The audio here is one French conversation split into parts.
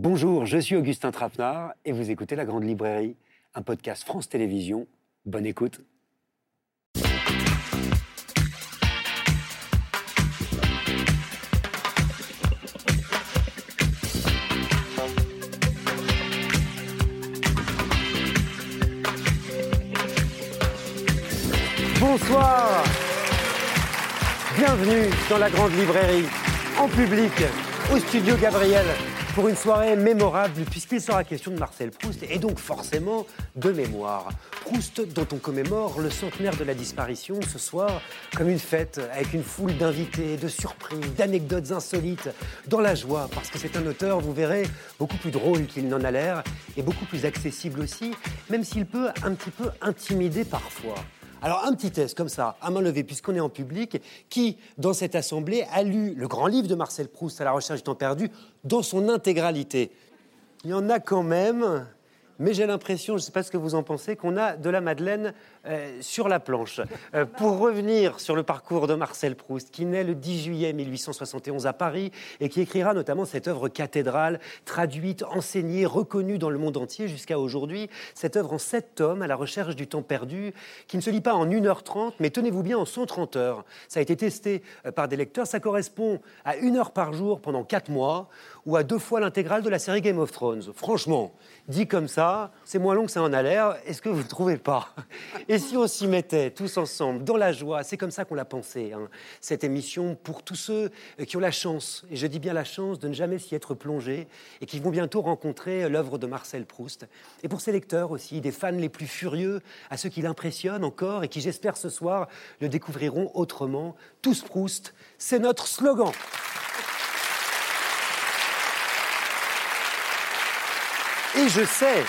Bonjour, je suis Augustin Trapenard et vous écoutez La Grande Librairie, un podcast France Télévisions. Bonne écoute. Bonsoir, bienvenue dans La Grande Librairie, en public, au studio Gabriel, pour une soirée mémorable puisqu'il sera question de Marcel Proust et donc forcément de mémoire. Proust dont on commémore le centenaire de la disparition ce soir comme une fête avec une foule d'invités, de surprises, d'anecdotes insolites, dans la joie parce que c'est un auteur, vous verrez, beaucoup plus drôle qu'il n'en a l'air et beaucoup plus accessible aussi, même s'il peut un petit peu intimider parfois. Alors, un petit test comme ça, à main levée, puisqu'on est en public, qui, dans cette assemblée, a lu le grand livre de Marcel Proust, À la recherche du temps perdu, dans son intégralité. Il y en a quand même, mais j'ai l'impression, je ne sais pas ce que vous en pensez, qu'on a de la Madeleine sur la planche. Pour revenir sur le parcours de Marcel Proust, qui naît le 10 juillet 1871 à Paris et qui écrira notamment cette œuvre cathédrale, traduite, enseignée, reconnue dans le monde entier jusqu'à aujourd'hui. Cette œuvre en 7 tomes, À la recherche du temps perdu, qui ne se lit pas en 1h30, mais tenez-vous bien, en 130 heures. Ça a été testé par des lecteurs. Ça correspond à 1 heure par jour pendant 4 mois ou à 2 fois l'intégrale de la série Game of Thrones. Franchement, dit comme ça, c'est moins long que ça en a l'air. Est-ce que vous ne trouvez pas ? Et si on s'y mettait tous ensemble, dans la joie, c'est comme ça qu'on l'a pensé, cette émission, pour tous ceux qui ont la chance, et je dis bien la chance, de ne jamais s'y être plongés, et qui vont bientôt rencontrer l'œuvre de Marcel Proust. Et pour ces lecteurs aussi, des fans les plus furieux, à ceux qui l'impressionnent encore, et qui, j'espère, ce soir, le découvriront autrement. Tous Proust, c'est notre slogan. Et je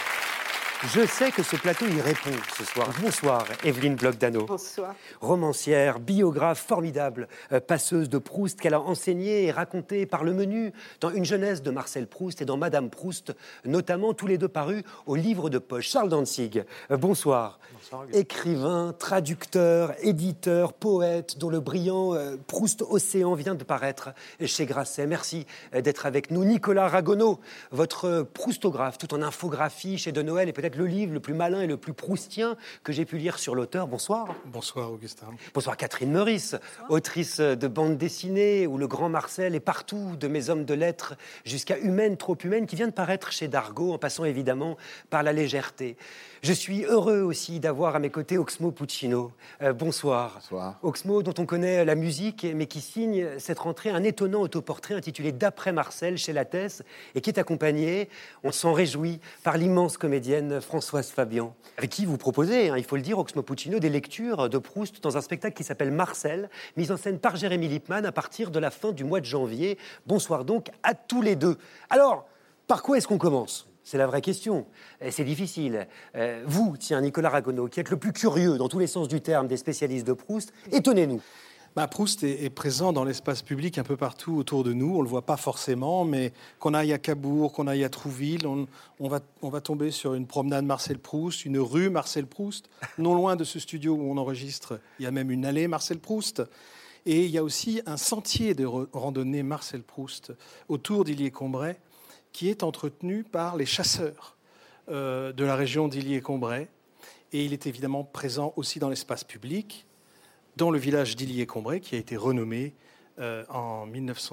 sais que ce plateau y répond ce soir. Bonsoir, Evelyne Bloch-Dano. Bonsoir. Romancière, biographe formidable, passeuse de Proust, qu'elle a enseignée et racontée par le menu dans Une jeunesse de Marcel Proust et dans Madame Proust, notamment tous les deux parus au livre de poche. Charles Dantzig, bonsoir. Bonsoir. Écrivain, traducteur, éditeur, poète, dont le brillant Proust Océan vient de paraître chez Grasset. Merci d'être avec nous. Nicolas Ragonneau, votre proustographe, tout en infographie chez De Noël et peut-être le livre le plus malin et le plus proustien que j'ai pu lire sur l'auteur. Bonsoir. Bonsoir, Augustin. Bonsoir, Catherine Meurice, autrice de bande dessinée où le grand Marcel est partout, de Mes hommes de lettres jusqu'à Humaine, trop humaine, qui vient de paraître chez Dargaud, en passant évidemment par La légèreté. Je suis heureux aussi d'avoir à mes côtés Oxmo Puccino. Bonsoir. Bonsoir. Oxmo, dont on connaît la musique, mais qui signe cette rentrée un étonnant autoportrait intitulé D'après Marcel chez Lattès et qui est accompagné, on s'en réjouit, par l'immense comédienne Françoise Fabian, avec qui vous proposez, il faut le dire, Oxmo Puccino, des lectures de Proust dans un spectacle qui s'appelle Marcel, mis en scène par Jérémy Lippmann à partir de la fin du mois de janvier. Bonsoir donc à tous les deux. Alors, par quoi est-ce qu'on commence ? C'est la vraie question. C'est difficile. Vous, tiens, Nicolas Ragonneau, qui êtes le plus curieux dans tous les sens du terme des spécialistes de Proust, étonnez-nous. Proust est présent dans l'espace public un peu partout autour de nous. On ne le voit pas forcément, mais qu'on aille à Cabourg, qu'on aille à Trouville, on va tomber sur une promenade Marcel Proust, une rue Marcel Proust. Non loin de ce studio où on enregistre, il y a même une allée Marcel Proust. Et il y a aussi un sentier de randonnée Marcel Proust autour d'Illier-Combray, qui est entretenu par les chasseurs de la région d'Illier-Combray. Et il est évidemment présent aussi dans l'espace public, dans le village d'Illier-Combray, qui a été renommé en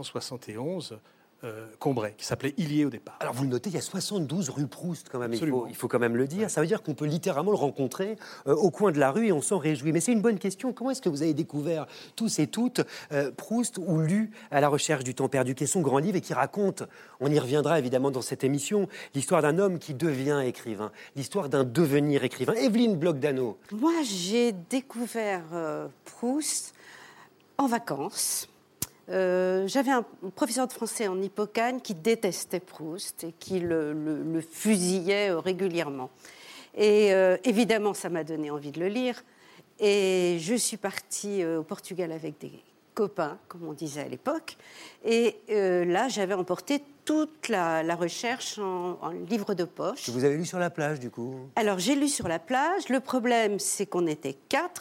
1971 Combray, qui s'appelait Illier au départ. Alors vous le notez, il y a 72 rue Proust quand même, il faut quand même le dire. Ouais. Ça veut dire qu'on peut littéralement le rencontrer au coin de la rue et on s'en réjouit. Mais c'est une bonne question. Comment est-ce que vous avez découvert tous et toutes Proust ou lu À la recherche du temps perdu, qui est son grand livre et qui raconte, on y reviendra évidemment dans cette émission, l'histoire d'un homme qui devient écrivain, l'histoire d'un devenir écrivain. Evelyne Bloch-Dano. Moi, j'ai découvert Proust en vacances. J'avais un professeur de français en Hippocane qui détestait Proust et qui le fusillait régulièrement. Et évidemment, ça m'a donné envie de le lire. Et je suis partie au Portugal avec des copains, comme on disait à l'époque. Et là, j'avais emporté toute la recherche en livre de poche. Que vous avez lu sur la plage, du coup ? Alors, j'ai lu sur la plage. Le problème, c'est qu'on était 4.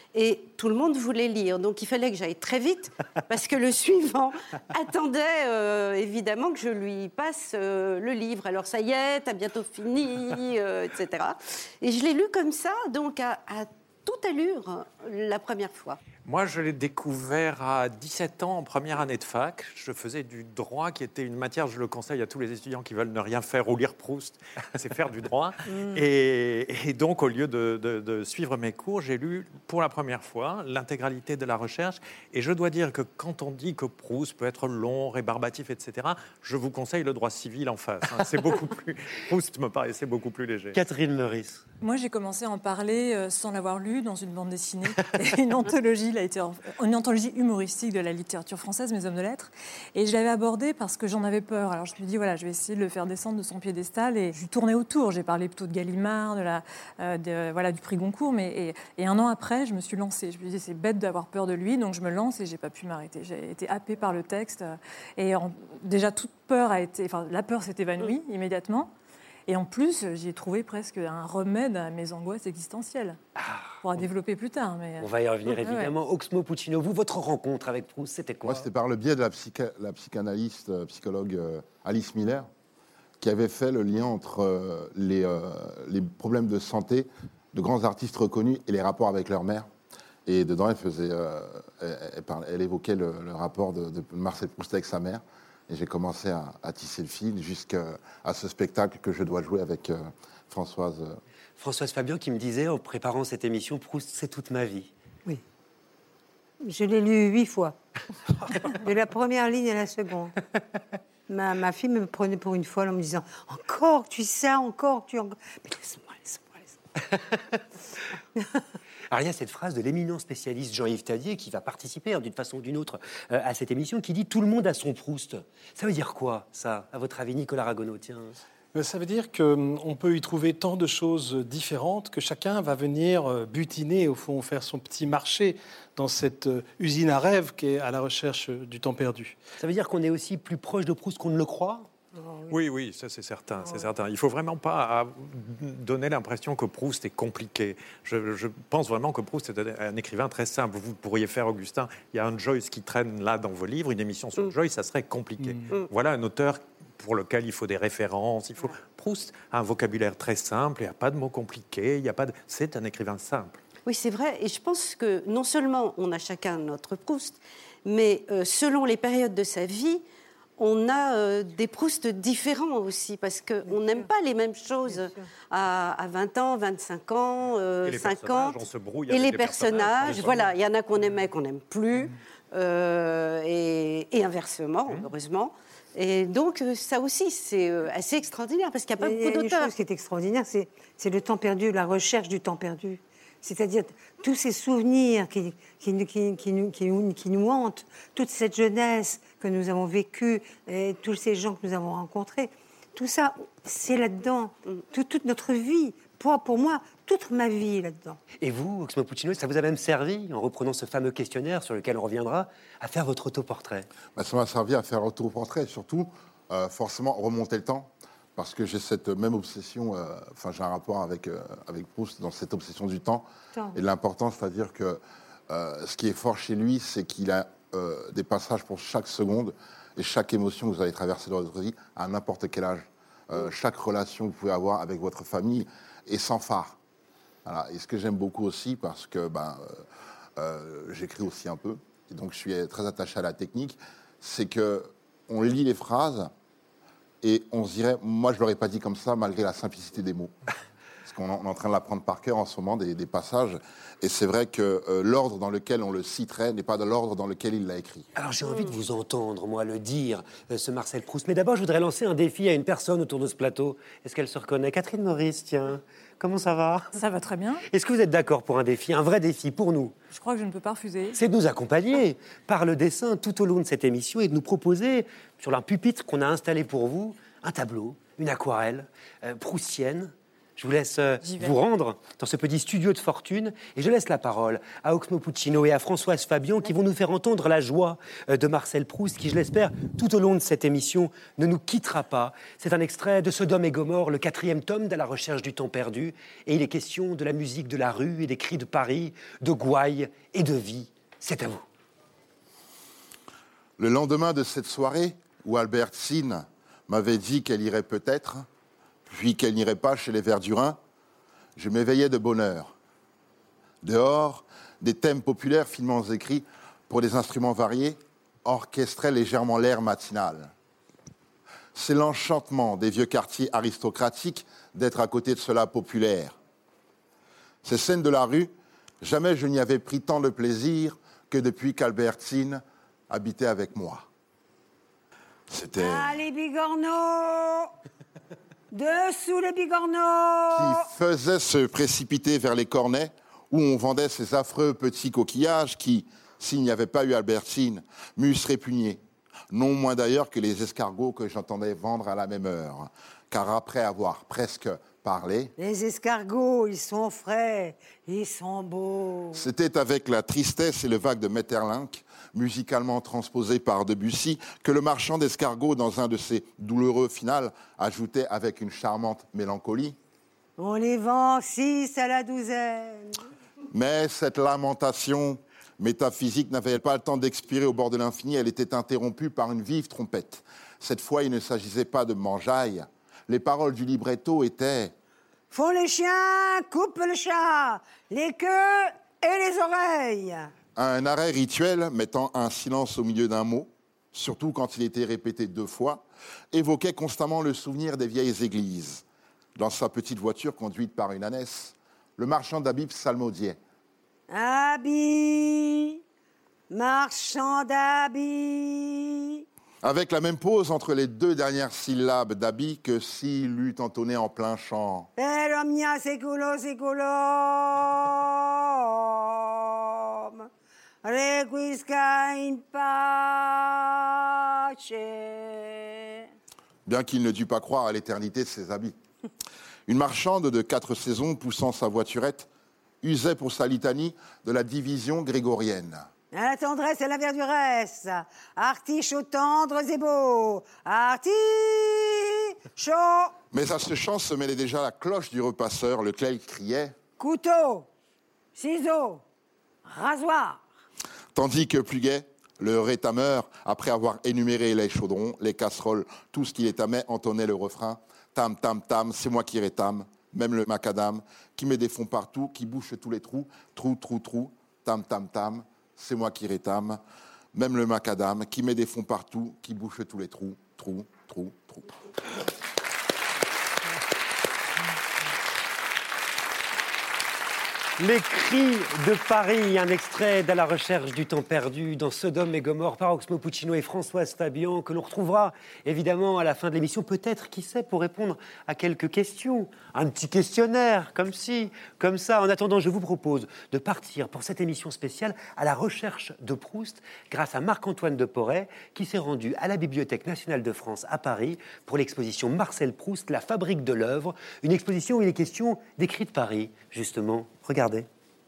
Et tout le monde voulait lire. Donc, il fallait que j'aille très vite parce que le suivant attendait évidemment que je lui passe le livre. Alors, ça y est, t'as bientôt fini, etc. Et je l'ai lu comme ça, donc à toute allure, la première fois. Moi, je l'ai découvert à 17 ans, en première année de fac. Je faisais du droit, qui était une matière, je le conseille à tous les étudiants qui veulent ne rien faire ou lire Proust, c'est faire du droit. Et donc, au lieu de suivre mes cours, j'ai lu pour la première fois l'intégralité de la recherche. Et je dois dire que quand on dit que Proust peut être long, rébarbatif, etc., je vous conseille le droit civil en face. C'est beaucoup plus... Proust me paraissait beaucoup plus léger. Catherine Meurice. Moi, j'ai commencé à en parler sans l'avoir lu dans une bande dessinée, une anthologie, une anthologie humoristique de la littérature française, Mes hommes de lettres. Et je l'avais abordé parce que j'en avais peur. Alors je me suis dit, voilà, je vais essayer de le faire descendre de son piédestal. Et je lui tournais autour. J'ai parlé plutôt de Gallimard, du prix Goncourt. Et un an après, je me suis lancée. Je me suis dit, c'est bête d'avoir peur de lui, donc je me lance et j'ai pas pu m'arrêter. J'ai été happée par le texte. Déjà, toute peur la peur s'est évanouie immédiatement. Et en plus, j'y ai trouvé presque un remède à mes angoisses existentielles. On pourra développer plus tard. Mais... On va y revenir évidemment. Oxmo Puccino, vous, votre rencontre avec Proust, c'était quoi? Moi, c'était par le biais de la psychanalyste, psychologue Alice Miller, qui avait fait le lien entre les problèmes de santé de grands artistes reconnus et les rapports avec leur mère. Et dedans, elle évoquait le rapport de Marcel Proust avec sa mère. Et j'ai commencé à tisser le fil jusqu'à ce spectacle que je dois jouer avec Françoise. Françoise Fabian qui me disait, en préparant cette émission, Proust, c'est toute ma vie. Oui. Je l'ai lu 8 fois. De la première ligne à la seconde. Ma fille me prenait pour une folle en me disant « Encore, tu sais ça, encore, tu... » Mais laisse-moi. Alors, il y a cette phrase de l'éminent spécialiste Jean-Yves Tadier qui va participer d'une façon ou d'une autre à cette émission, qui dit « Tout le monde a son Proust ». Ça veut dire quoi, ça, à votre avis, Nicolas Ragonneau? Tiens. Ça veut dire qu'on peut y trouver tant de choses différentes que chacun va venir butiner, au fond, faire son petit marché dans cette usine à rêves qui est à la recherche du temps perdu. Ça veut dire qu'on est aussi plus proche de Proust qu'on ne le croit? Oui, ça c'est certain, c'est certain. Il ne faut vraiment pas donner l'impression que Proust est compliqué. Je pense vraiment que Proust est un écrivain très simple. Vous pourriez faire, Augustin, il y a un Joyce qui traîne là dans vos livres, une émission sur Joyce, ça serait compliqué. Voilà un auteur pour lequel il faut des références. Proust a un vocabulaire très simple, il n'y a pas de mots compliqués, c'est un écrivain simple. Oui, c'est vrai. Et je pense que non seulement on a chacun notre Proust, mais selon les périodes de sa vie, on a des Proust différents aussi, parce qu'on n'aime pas les mêmes choses à 20 ans, 25 ans, 50. On se brouille et avec les les personnages, voilà, il y en a qu'on aimait, qu'on n'aime plus, et inversement, heureusement. Et donc, ça aussi, c'est assez extraordinaire, parce qu'il n'y a pas beaucoup d'auteurs. Il y a une chose qui est extraordinaire, c'est le temps perdu, la recherche du temps perdu. C'est-à-dire tous ces souvenirs qui nous hantent, toute cette jeunesse que nous avons vécue, et tous ces gens que nous avons rencontrés, tout ça, c'est là-dedans. Toute notre vie, pour moi, toute ma vie est là-dedans. Et vous, Oxmo Puccino, ça vous a même servi, en reprenant ce fameux questionnaire sur lequel on reviendra, à faire votre autoportrait? Ça m'a servi à faire autoportrait et surtout, forcément, remonter le temps. Parce que j'ai cette même obsession, j'ai un rapport avec Proust dans cette obsession du temps et de l'importance, c'est-à-dire que ce qui est fort chez lui, c'est qu'il a des passages pour chaque seconde et chaque émotion que vous allez traverser dans votre vie à n'importe quel âge. Chaque relation que vous pouvez avoir avec votre famille est sans phare. Voilà. Et ce que j'aime beaucoup aussi, parce que j'écris aussi un peu, et donc je suis très attaché à la technique, c'est qu'on lit les phrases. Et on se dirait, moi je ne l'aurais pas dit comme ça malgré la simplicité des mots. Parce qu'on est en train de l'apprendre par cœur en ce moment, des passages. Et c'est vrai que l'ordre dans lequel on le citerait n'est pas de l'ordre dans lequel il l'a écrit. Alors j'ai envie de vous entendre, moi, le dire, ce Marcel Proust. Mais d'abord, je voudrais lancer un défi à une personne autour de ce plateau. Est-ce qu'elle se reconnaît? Catherine Meurice, tiens. Comment ça va? Ça va très bien. Est-ce que vous êtes d'accord pour un défi, un vrai défi pour nous? Je crois que je ne peux pas refuser. C'est de nous accompagner par le dessin tout au long de cette émission et de nous proposer, sur la pupitre qu'on a installé pour vous, un tableau, une aquarelle proustienne. Je vous laisse vous rendre dans ce petit studio de fortune et je laisse la parole à Oxmo Puccino et à Françoise Fabian qui vont nous faire entendre la joie de Marcel Proust qui, je l'espère, tout au long de cette émission, ne nous quittera pas. C'est un extrait de Sodome et Gomorrhe, le 4e tome d'À la recherche du temps perdu. Et il est question de la musique de la rue et des cris de Paris, de gouailles et de vie. C'est à vous. Le lendemain de cette soirée où Albertine m'avait dit qu'elle irait peut-être, puis qu'elle n'irait pas chez les Verdurins, je m'éveillais de bonne heure. Dehors, des thèmes populaires finement écrits pour des instruments variés orchestraient légèrement l'air matinal. C'est l'enchantement des vieux quartiers aristocratiques d'être à côté de cela populaire. Ces scènes de la rue, jamais je n'y avais pris tant de plaisir que depuis qu'Albertine habitait avec moi. C'était... Allez, bigorneaux Dessous les bigorneaux Qui faisait se précipiter vers les cornets où on vendait ces affreux petits coquillages qui, s'il n'y avait pas eu Albertine, m'eussent répugné. Non moins d'ailleurs que les escargots que j'entendais vendre à la même heure. Car après avoir presque parlé... Les escargots, ils sont frais, ils sont beaux. C'était avec la tristesse et le vague de Maeterlinck, musicalement transposé par Debussy, que le marchand d'escargots, dans un de ses douloureux finales, ajoutait avec une charmante mélancolie. On les vend 6 à la douzaine. Mais cette lamentation métaphysique n'avait pas le temps d'expirer au bord de l'infini, elle était interrompue par une vive trompette. Cette fois, il ne s'agissait pas de mangeaille. Les paroles du libretto étaient... Font les chiens, coupent le chat, les queues et les oreilles. Un arrêt rituel mettant un silence au milieu d'un mot, surtout quand il était répété 2 fois, évoquait constamment le souvenir des vieilles églises. Dans sa petite voiture conduite par une ânesse, le marchand d'habits psalmodiait. Habits, marchand d'habits. Avec la même pause entre les 2 dernières syllabes d'habits que s'il eût entonné en plein chant. Per omnia seculo seculum, requiescat in pace. Bien qu'il ne dût pas croire à l'éternité de ses habits. Une marchande de 4 saisons poussant sa voiturette usait pour sa litanie de la division grégorienne. La tendresse et la verduresse, artichauts tendres et beaux, artichauts. Mais à ce chant se mêlait déjà la cloche du repasseur, lequel criait « Couteau, ciseaux, rasoir ». Tandis que plus gai, le rétameur, après avoir énuméré les chaudrons, les casseroles, tout ce qu'il étamait, entonnait le refrain « Tam, tam, tam, c'est moi qui rétame, même le macadam, qui met des fonds partout, qui bouche tous les trous, trou, trou, trou, tam, tam, tam, c'est moi qui rétame, même le macadam, qui met des fonds partout, qui bouche tous les trous, trou, trou, trou. » Les cris de Paris, un extrait d'À la recherche du temps perdu dans Sodome et Gomorrhe par Oxmo Puccino et Françoise Fabian, que l'on retrouvera évidemment à la fin de l'émission, peut-être, qui sait, pour répondre à quelques questions. Un petit questionnaire, comme ci, comme ça. En attendant, je vous propose de partir pour cette émission spéciale à la recherche de Proust, grâce à Marc-Antoine de Porret, qui s'est rendu à la Bibliothèque nationale de France à Paris pour l'exposition Marcel Proust, la fabrique de l'œuvre, une exposition où il est question d'écrits de Paris, justement. Regardez.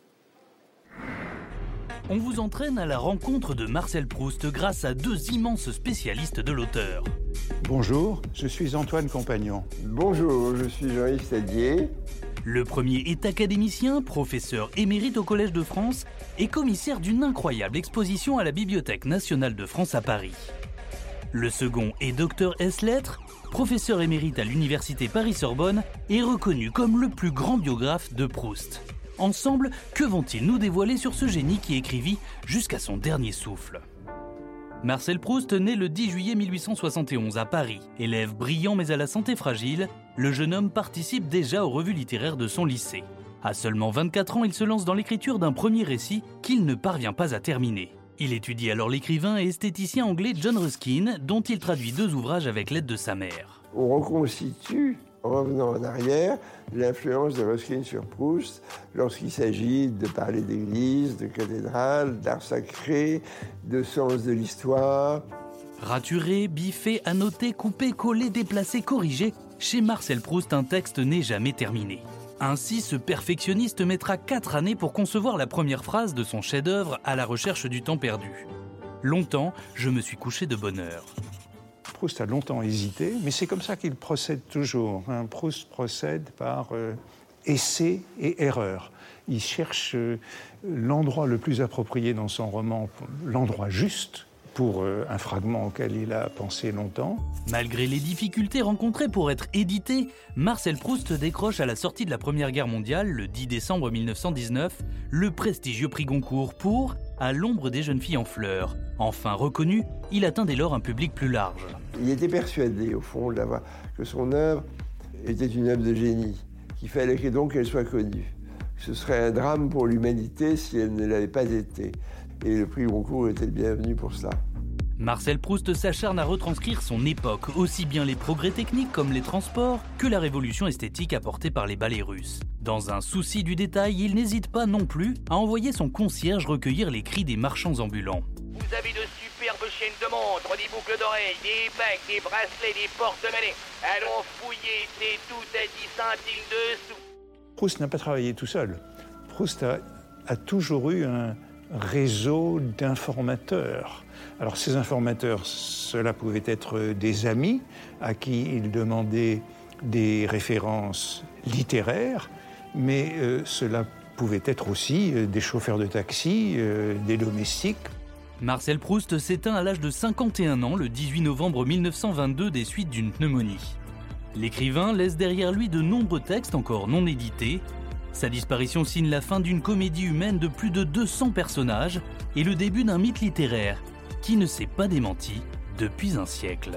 On vous entraîne à la rencontre de Marcel Proust grâce à 2 immenses spécialistes de l'auteur. Bonjour, je suis Antoine Compagnon. Bonjour, je suis Jean-Yves Sadier. Le premier est académicien, professeur émérite au Collège de France et commissaire d'une incroyable exposition à la Bibliothèque nationale de France à Paris. Le second est docteur ès-lettres, professeur émérite à l'université Paris-Sorbonne et reconnu comme le plus grand biographe de Proust. Ensemble, que vont-ils nous dévoiler sur ce génie qui écrivit jusqu'à son dernier souffle ? Marcel Proust naît le 10 juillet 1871 à Paris. Élève brillant mais à la santé fragile, le jeune homme participe déjà aux revues littéraires de son lycée. À seulement 24 ans, il se lance dans l'écriture d'un premier récit qu'il ne parvient pas à terminer. Il étudie alors l'écrivain et esthéticien anglais John Ruskin, dont il traduit 2 ouvrages avec l'aide de sa mère. On reconstitue, en revenant en arrière, l'influence de Ruskin sur Proust lorsqu'il s'agit de parler d'église, de cathédrale, d'art sacré, de sens de l'histoire. Raturé, biffé, annoté, coupé, collé, déplacé, corrigé, chez Marcel Proust, un texte n'est jamais terminé. Ainsi, ce perfectionniste mettra 4 années pour concevoir la première phrase de son chef-d'œuvre À la recherche du temps perdu. Longtemps, je me suis couché de bonne heure. Proust a longtemps hésité, mais c'est comme ça qu'il procède toujours. Proust procède par essai et erreur. Il cherche l'endroit le plus approprié dans son roman, l'endroit juste, pour un fragment auquel il a pensé longtemps. Malgré les difficultés rencontrées pour être édité, Marcel Proust décroche à la sortie de la Première Guerre mondiale, le 10 décembre 1919, le prestigieux prix Goncourt pour À l'ombre des jeunes filles en fleurs. Enfin reconnu, il atteint dès lors un public plus large. Il était persuadé, au fond, que son œuvre était une œuvre de génie, qu'il fallait donc qu'elle soit connue. Ce serait un drame pour l'humanité si elle ne l'avait pas été. Et le prix Goncourt était le bienvenu pour cela. Marcel Proust s'acharne à retranscrire son époque, aussi bien les progrès techniques comme les transports que la révolution esthétique apportée par les ballets russes. Dans un souci du détail, il n'hésite pas non plus à envoyer son concierge recueillir les cris des marchands ambulants. Vous avez de superbes chaînes de montres, des boucles d'oreilles, des bagues, des bracelets, des porte-monnaies. Allons fouiller, c'est tout à 10 centimes de sous. Proust n'a pas travaillé tout seul. Proust a toujours eu un réseau d'informateurs. Alors ces informateurs, cela pouvait être des amis à qui il demandait des références littéraires, mais cela pouvait être aussi des chauffeurs de taxi, des domestiques. Marcel Proust s'éteint à l'âge de 51 ans le 18 novembre 1922 des suites d'une pneumonie. L'écrivain laisse derrière lui de nombreux textes encore non édités. Sa disparition signe la fin d'une comédie humaine de plus de 200 personnages et le début d'un mythe littéraire qui ne s'est pas démenti depuis un siècle.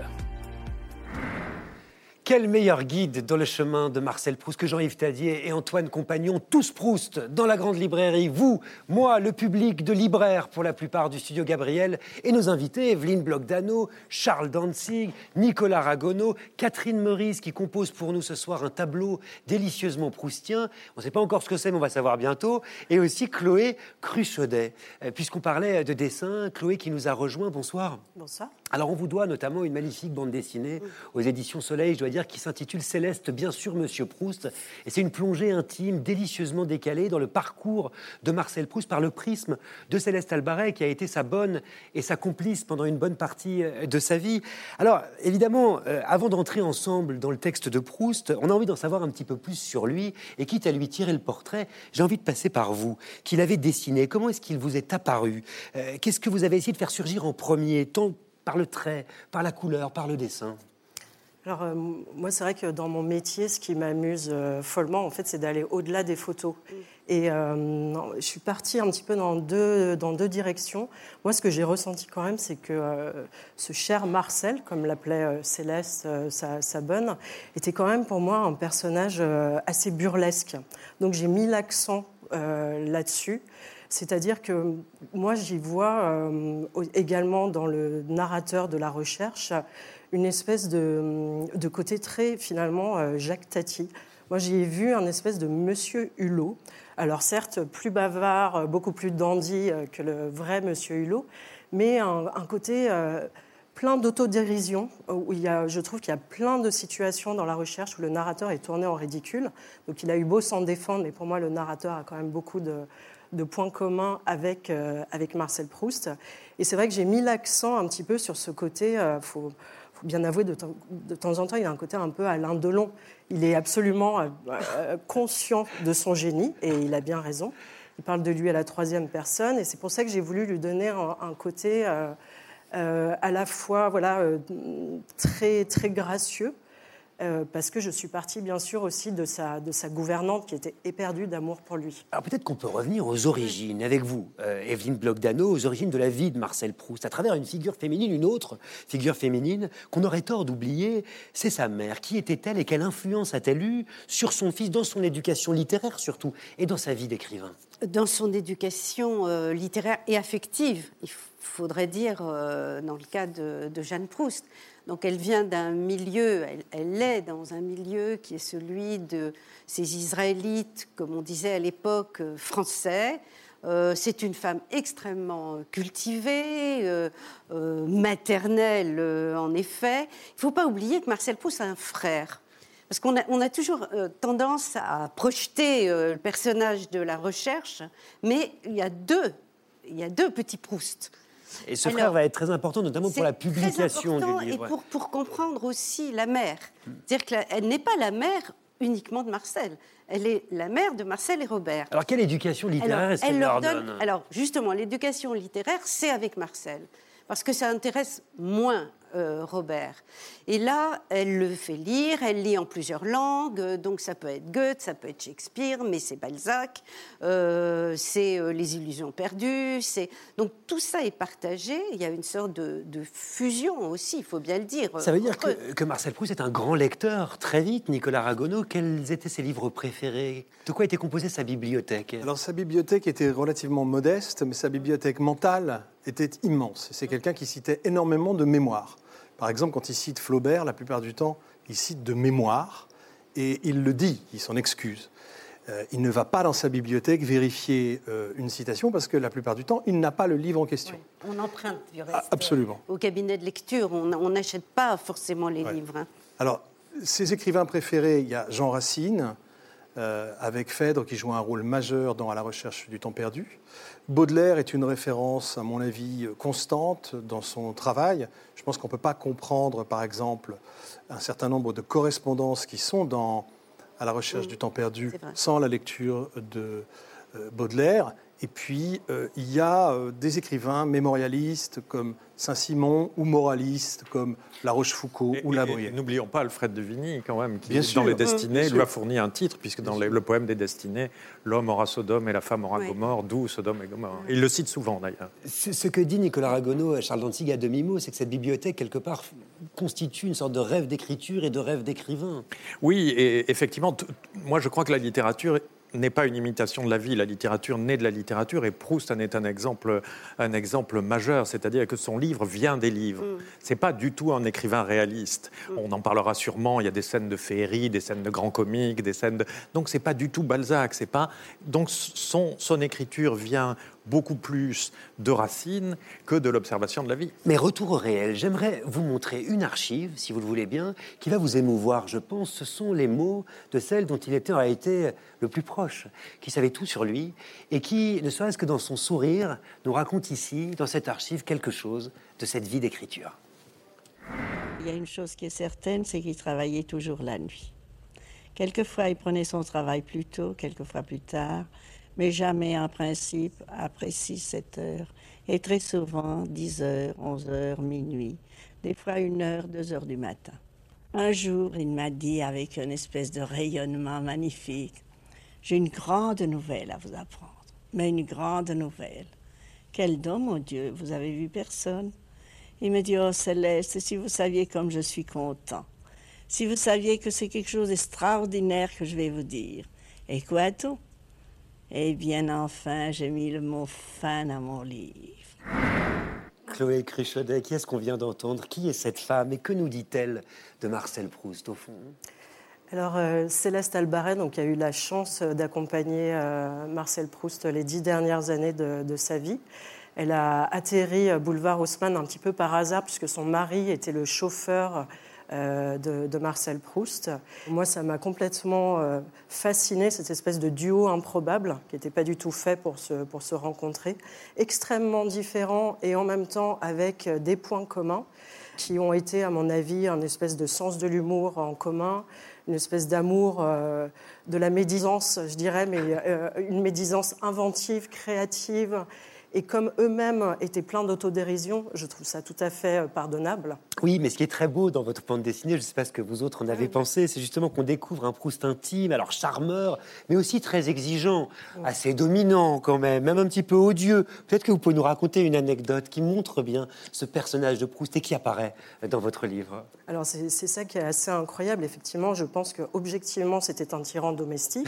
Quel meilleur guide dans le chemin de Marcel Proust que Jean-Yves Tadier et Antoine Compagnon, tous Proust, dans la grande librairie. Vous, moi, le public de libraires pour la plupart du studio Gabriel et nos invités, Evelyne Bloch-Dano, Charles Dantzig, Nicolas Ragonneau, Catherine Meurice qui compose pour nous ce soir un tableau délicieusement proustien. On ne sait pas encore ce que c'est, mais on va savoir bientôt. Et aussi Chloé Cruchaudet. Puisqu'on parlait de dessin, Chloé qui nous a rejoint, bonsoir. Bonsoir. Alors on vous doit notamment une magnifique bande dessinée aux éditions Soleil, je dois dire, qui s'intitule Céleste, bien sûr, Monsieur Proust. Et c'est une plongée intime, délicieusement décalée dans le parcours de Marcel Proust par le prisme de Céleste Albaret, qui a été sa bonne et sa complice pendant une bonne partie de sa vie. Alors, évidemment, avant d'entrer ensemble dans le texte de Proust, on a envie d'en savoir un petit peu plus sur lui. Et quitte à lui tirer le portrait, j'ai envie de passer par vous, qui l'avez dessiné. Comment est-ce qu'il vous est apparu ? Qu'est-ce que vous avez essayé de faire surgir en premier, tant par le trait, par la couleur, par le dessin ? Alors, moi, c'est vrai que dans mon métier, ce qui m'amuse follement, en fait, c'est d'aller au-delà des photos. Et je suis partie un petit peu dans deux directions. Moi, ce que j'ai ressenti quand même, c'est que ce cher Marcel, comme l'appelait Céleste, sa bonne, était quand même pour moi un personnage assez burlesque. Donc, j'ai mis l'accent là-dessus. C'est-à-dire que moi, j'y vois également dans le narrateur de la recherche une espèce de côté très, finalement, Jacques Tati. Moi, j'y ai vu un espèce de Monsieur Hulot. Alors, certes, plus bavard, beaucoup plus dandy que le vrai Monsieur Hulot, mais un côté plein d'autodérision, où je trouve qu'il y a plein de situations dans la recherche où le narrateur est tourné en ridicule. Donc, il a eu beau s'en défendre, mais pour moi, le narrateur a quand même beaucoup de points communs avec Marcel Proust. Et c'est vrai que j'ai mis l'accent un petit peu sur ce côté, faut bien avouer, de temps en temps, il a un côté un peu Alain Delon. Il est absolument conscient de son génie, et il a bien raison. Il parle de lui à la troisième personne, et c'est pour ça que j'ai voulu lui donner un côté à la fois très, très gracieux, parce que je suis partie, bien sûr, aussi de sa gouvernante qui était éperdue d'amour pour lui. Alors peut-être qu'on peut revenir aux origines, avec vous, Evelyne Bloch-Dano, aux origines de la vie de Marcel Proust, à travers une figure féminine, une autre figure féminine qu'on aurait tort d'oublier, c'est sa mère. Qui était-elle et quelle influence a-t-elle eu sur son fils, dans son éducation littéraire surtout, et dans sa vie d'écrivain ? Dans son éducation littéraire et affective, il faudrait dire, dans le cas de Jeanne Proust. Donc elle vient d'un milieu, elle est dans un milieu qui est celui de ces Israélites, comme on disait à l'époque, français. C'est une femme extrêmement cultivée, maternelle en effet. Il ne faut pas oublier que Marcel Proust a un frère. Parce qu'on a toujours tendance à projeter le personnage de la recherche, mais il y a deux petits Proust. Et ce frère va être très important, notamment pour la publication du livre. Et pour comprendre aussi la mère. C'est-à-dire qu'elle n'est pas la mère uniquement de Marcel. Elle est la mère de Marcel et Robert. Alors, quelle éducation littéraire est-ce qu'elle leur donne ? Alors, justement, l'éducation littéraire, c'est avec Marcel. Parce que ça intéresse moins Robert. Et là, elle le fait lire, elle lit en plusieurs langues, donc ça peut être Goethe, ça peut être Shakespeare, mais c'est Balzac, c'est Les Illusions perdues, donc tout ça est partagé, il y a une sorte de fusion aussi, il faut bien le dire. Ça veut dire que Marcel Proust est un grand lecteur, très vite. Nicolas Ragonneau, quels étaient ses livres préférés ? De quoi était composée sa bibliothèque ? Alors sa bibliothèque était relativement modeste, mais sa bibliothèque mentale était immense. C'est quelqu'un qui citait énormément de mémoires. Par exemple, quand il cite Flaubert, la plupart du temps, il cite de mémoire, et il le dit, il s'en excuse. Il ne va pas dans sa bibliothèque vérifier une citation, parce que la plupart du temps, il n'a pas le livre en question. Oui, on emprunte du reste. Absolument. Au cabinet de lecture, on n'achète pas forcément les livres. Hein. Alors, ses écrivains préférés, il y a Jean Racine, avec Phèdre, qui joue un rôle majeur dans À la recherche du temps perdu. Baudelaire est une référence, à mon avis, constante dans son travail. Je pense qu'on ne peut pas comprendre, par exemple, un certain nombre de correspondances qui sont dans À la recherche du temps perdu sans la lecture de Baudelaire. Et puis, il y a des écrivains mémorialistes comme Saint-Simon ou moralistes comme La Rochefoucauld ou La Bruyère. N'oublions pas Alfred de Vigny, quand même, qui, bien dans sûr, Les Destinées, lui a sûr. fourni un titre, puisque dans le poème des Destinées, l'homme aura Sodome et la femme aura Gomorrhe, d'où Sodome et Gomorrhe. Il le cite souvent, d'ailleurs. Ce que dit Nicolas Ragonneau à Charles Dantzig à demi-mot, c'est que cette bibliothèque, quelque part, constitue une sorte de rêve d'écriture et de rêve d'écrivain. Oui, et effectivement, moi je crois que la littérature n'est pas une imitation de la vie, la littérature naît de la littérature, et Proust en est un exemple majeur, c'est-à-dire que son livre vient des livres. C'est pas du tout un écrivain réaliste. On en parlera sûrement, il y a des scènes de féerie, des scènes de grands comiques, des scènes de... Donc c'est pas du tout Balzac, c'est pas... Donc son écriture vient beaucoup plus de Racine que de l'observation de la vie. Mais retour au réel, j'aimerais vous montrer une archive, si vous le voulez bien, qui va vous émouvoir, je pense. Ce sont les mots de celle dont il a été le plus proche, qui savait tout sur lui, et qui, ne serait-ce que dans son sourire, nous raconte ici, dans cette archive, quelque chose de cette vie d'écriture. Il y a une chose qui est certaine, c'est qu'il travaillait toujours la nuit. Quelquefois, il prenait son travail plus tôt, quelquefois plus tard, mais jamais en principe après 6-7 heures, et très souvent 10 heures, 11 heures, minuit, des fois 1 heure, 2 heures du matin. Un jour, il m'a dit avec une espèce de rayonnement magnifique, « J'ai une grande nouvelle à vous apprendre, mais une grande nouvelle. » « Quel don, mon Dieu, vous avez vu personne ?» Il me dit, « Oh Céleste, si vous saviez comme je suis content, si vous saviez que c'est quelque chose d'extraordinaire que je vais vous dire. » Et quoi tout ? Eh bien, enfin, j'ai mis le mot « fin » dans mon livre. Chloé Cruchaudet, qui est-ce qu'on vient d'entendre ? Qui est cette femme et que nous dit-elle de Marcel Proust, au fond ? Alors, Céleste Albaret, donc, a eu la chance d'accompagner Marcel Proust les 10 dernières années de sa vie. Elle a atterri boulevard Haussmann un petit peu par hasard, puisque son mari était le chauffeur de Marcel Proust. Moi, ça m'a complètement fascinée, cette espèce de duo improbable qui n'était pas du tout fait pour se rencontrer, extrêmement différent et en même temps avec des points communs qui ont été, à mon avis, un espèce de sens de l'humour en commun, une espèce d'amour de la médisance, je dirais, mais une médisance inventive, créative. Et comme eux-mêmes étaient pleins d'autodérision, je trouve ça tout à fait pardonnable. Oui, mais ce qui est très beau dans votre bande dessinée, je ne sais pas ce que vous autres en avez pensé, c'est justement qu'on découvre un Proust intime, alors charmeur, mais aussi très exigeant, assez dominant quand même un petit peu odieux. Peut-être que vous pouvez nous raconter une anecdote qui montre bien ce personnage de Proust et qui apparaît dans votre livre. Alors c'est ça qui est assez incroyable. Effectivement, je pense qu'objectivement, c'était un tyran domestique.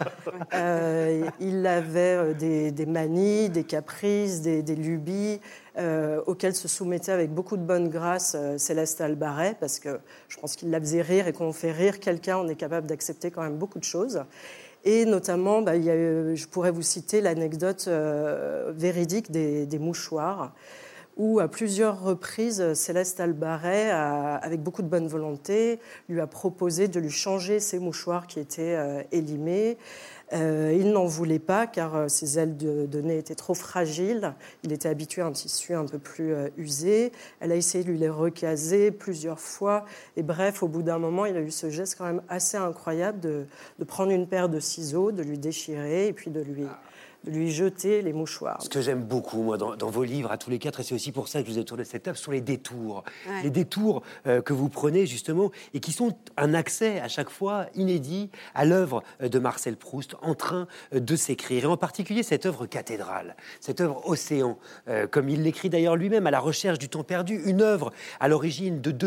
Il avait des manies, des caprices, des lubies auxquelles se soumettait avec beaucoup de bonne grâce Céleste Albaret, parce que je pense qu'il la faisait rire, et quand on fait rire quelqu'un, on est capable d'accepter quand même beaucoup de choses. Et notamment, je pourrais vous citer l'anecdote véridique des mouchoirs, où à plusieurs reprises, Céleste Albaret, avec beaucoup de bonne volonté, lui a proposé de lui changer ses mouchoirs qui étaient élimés. Il n'en voulait pas car ses ailes de nez étaient trop fragiles. Il était habitué à un tissu un peu plus usé. Elle a essayé de lui les recaser plusieurs fois. Et bref, au bout d'un moment, il a eu ce geste quand même assez incroyable de prendre une paire de ciseaux, de lui déchirer et puis de lui jeter les mouchoirs. Ce que j'aime beaucoup, moi, dans vos livres, à tous les quatre, et c'est aussi pour ça que je vous ai tourné cette œuvre, sont les détours. Ouais. Les détours que vous prenez, justement, et qui sont un accès, à chaque fois, inédit à l'œuvre de Marcel Proust, en train de s'écrire. Et en particulier, cette œuvre cathédrale, cette œuvre Océan, comme il l'écrit d'ailleurs lui-même, à la recherche du temps perdu, une œuvre à l'origine de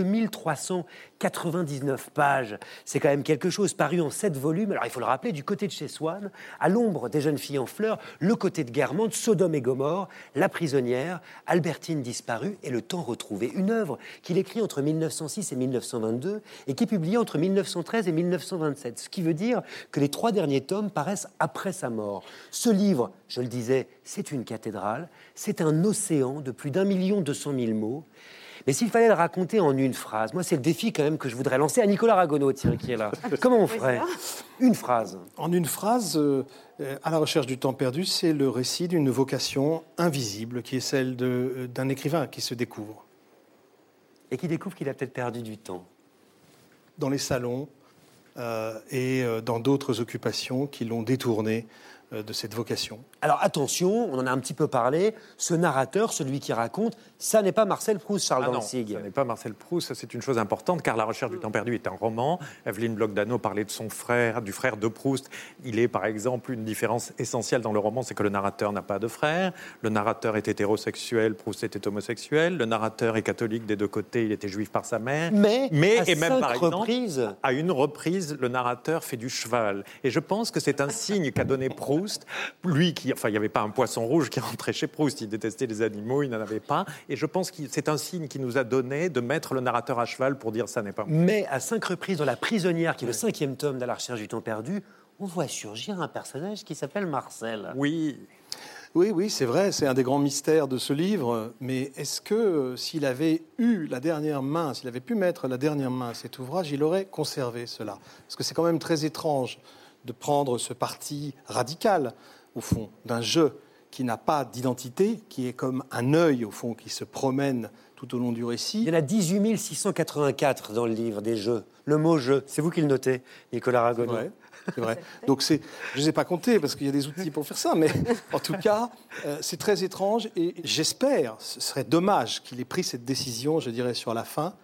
2399 pages. C'est quand même quelque chose, paru en 7 volumes. Alors, il faut le rappeler, du côté de chez Swann, à l'ombre des jeunes filles en fleurs, le côté de Guermantes, Sodome et Gomorrhe, La prisonnière, Albertine disparue et Le temps retrouvé. Une œuvre qu'il écrit entre 1906 et 1922 et qui est publiée entre 1913 et 1927. Ce qui veut dire que les 3 derniers tomes paraissent après sa mort. Ce livre, je le disais, c'est une cathédrale, c'est un océan de plus d'1 200 000 mots. Mais s'il fallait le raconter en une phrase, moi c'est le défi quand même que je voudrais lancer à Nicolas Ragonneau, tiens, qui est là. Comment on ferait ? Une phrase. En une phrase, à la recherche du temps perdu, c'est le récit d'une vocation invisible qui est celle d'un écrivain qui se découvre. Et qui découvre qu'il a peut-être perdu du temps. Dans les salons et dans d'autres occupations qui l'ont détourné de cette vocation. Alors attention, on en a un petit peu parlé, ce narrateur, celui qui raconte, ça n'est pas Marcel Proust, Charles Dantzig. Non, ça n'est pas Marcel Proust, ça c'est une chose importante, car La recherche du temps perdu est un roman. Evelyne Bloch-Dano parlait de son frère, du frère de Proust. Il est par exemple une différence essentielle dans le roman, c'est que le narrateur n'a pas de frère. Le narrateur est hétérosexuel, Proust était homosexuel. Le narrateur est catholique des deux côtés, il était juif par sa mère. Mais et même par exemple, reprises. à une reprise, le narrateur fait du cheval. Et je pense que c'est un signe qu'a donné Proust. Lui, il n'y avait pas un poisson rouge qui rentrait chez Proust, il détestait les animaux, il n'en avait pas. Et je pense que c'est un signe qui nous a donné de mettre le narrateur à cheval pour dire ça n'est pas moi. Mais à 5 reprises dans La prisonnière, qui est le 5e tome de La recherche du temps perdu, on voit surgir un personnage qui s'appelle Marcel. Oui. Oui, c'est vrai, c'est un des grands mystères de ce livre. Mais est-ce que s'il avait eu la dernière main, s'il avait pu mettre la dernière main à cet ouvrage, il aurait conservé cela ? Parce que c'est quand même très étrange de prendre ce parti radical, au fond, d'un jeu qui n'a pas d'identité, qui est comme un œil, au fond, qui se promène tout au long du récit. Il y en a 18 684 dans le livre des jeux. Le mot « jeu », c'est vous qui le notez, Nicolas Ragonneau. C'est vrai. Donc je ne les ai pas comptés parce qu'il y a des outils pour faire ça, mais en tout cas, c'est très étrange et j'espère, ce serait dommage qu'il ait pris cette décision, je dirais, sur la fin,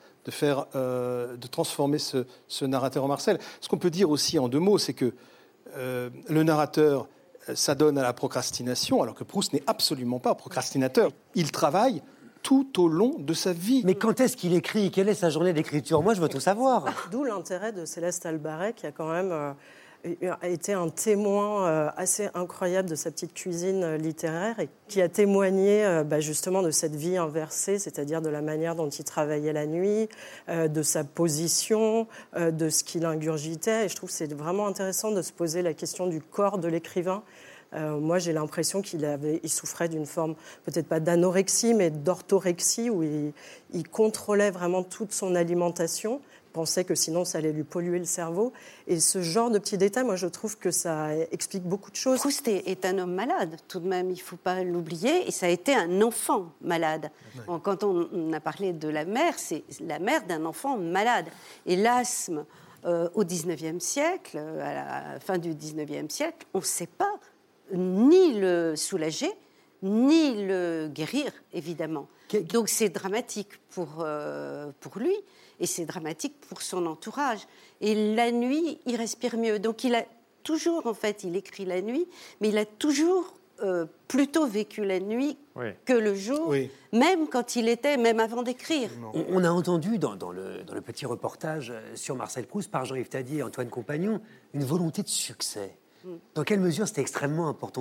de transformer ce narrateur en Marcel. Ce qu'on peut dire aussi en 2 mots, c'est que le narrateur s'adonne à la procrastination, alors que Proust n'est absolument pas procrastinateur. Il travaille tout au long de sa vie. Mais quand est-ce qu'il écrit ? Quelle est sa journée d'écriture ? Moi, je veux tout savoir. D'où l'intérêt de Céleste Albaret, qui a quand même été un témoin assez incroyable de sa petite cuisine littéraire et qui a témoigné justement de cette vie inversée, c'est-à-dire de la manière dont il travaillait la nuit, de sa position, de ce qu'il ingurgitait. Et je trouve que c'est vraiment intéressant de se poser la question du corps de l'écrivain. Moi, j'ai l'impression qu'il souffrait d'une forme, peut-être pas d'anorexie, mais d'orthorexie, où il contrôlait vraiment toute son alimentation, pensait que sinon ça allait lui polluer le cerveau. Et ce genre de petits détails, moi, je trouve que ça explique beaucoup de choses. Proust est un homme malade, tout de même, il ne faut pas l'oublier, et ça a été un enfant malade. Ouais. Quand on a parlé de la mère, c'est la mère d'un enfant malade. Et l'asthme, au XIXe siècle, à la fin du XIXe siècle, on ne sait pas ni le soulager, ni le guérir, évidemment. Donc c'est dramatique pour lui, et c'est dramatique pour son entourage. Et la nuit, il respire mieux. Donc il a toujours, en fait, il écrit la nuit, mais il a toujours plutôt vécu la nuit que le jour, même quand il était, même avant d'écrire. On a entendu dans le petit reportage sur Marcel Proust par Jean-Yves Tadier et Antoine Compagnon une volonté de succès. Dans quelle mesure c'était extrêmement important pour lui ?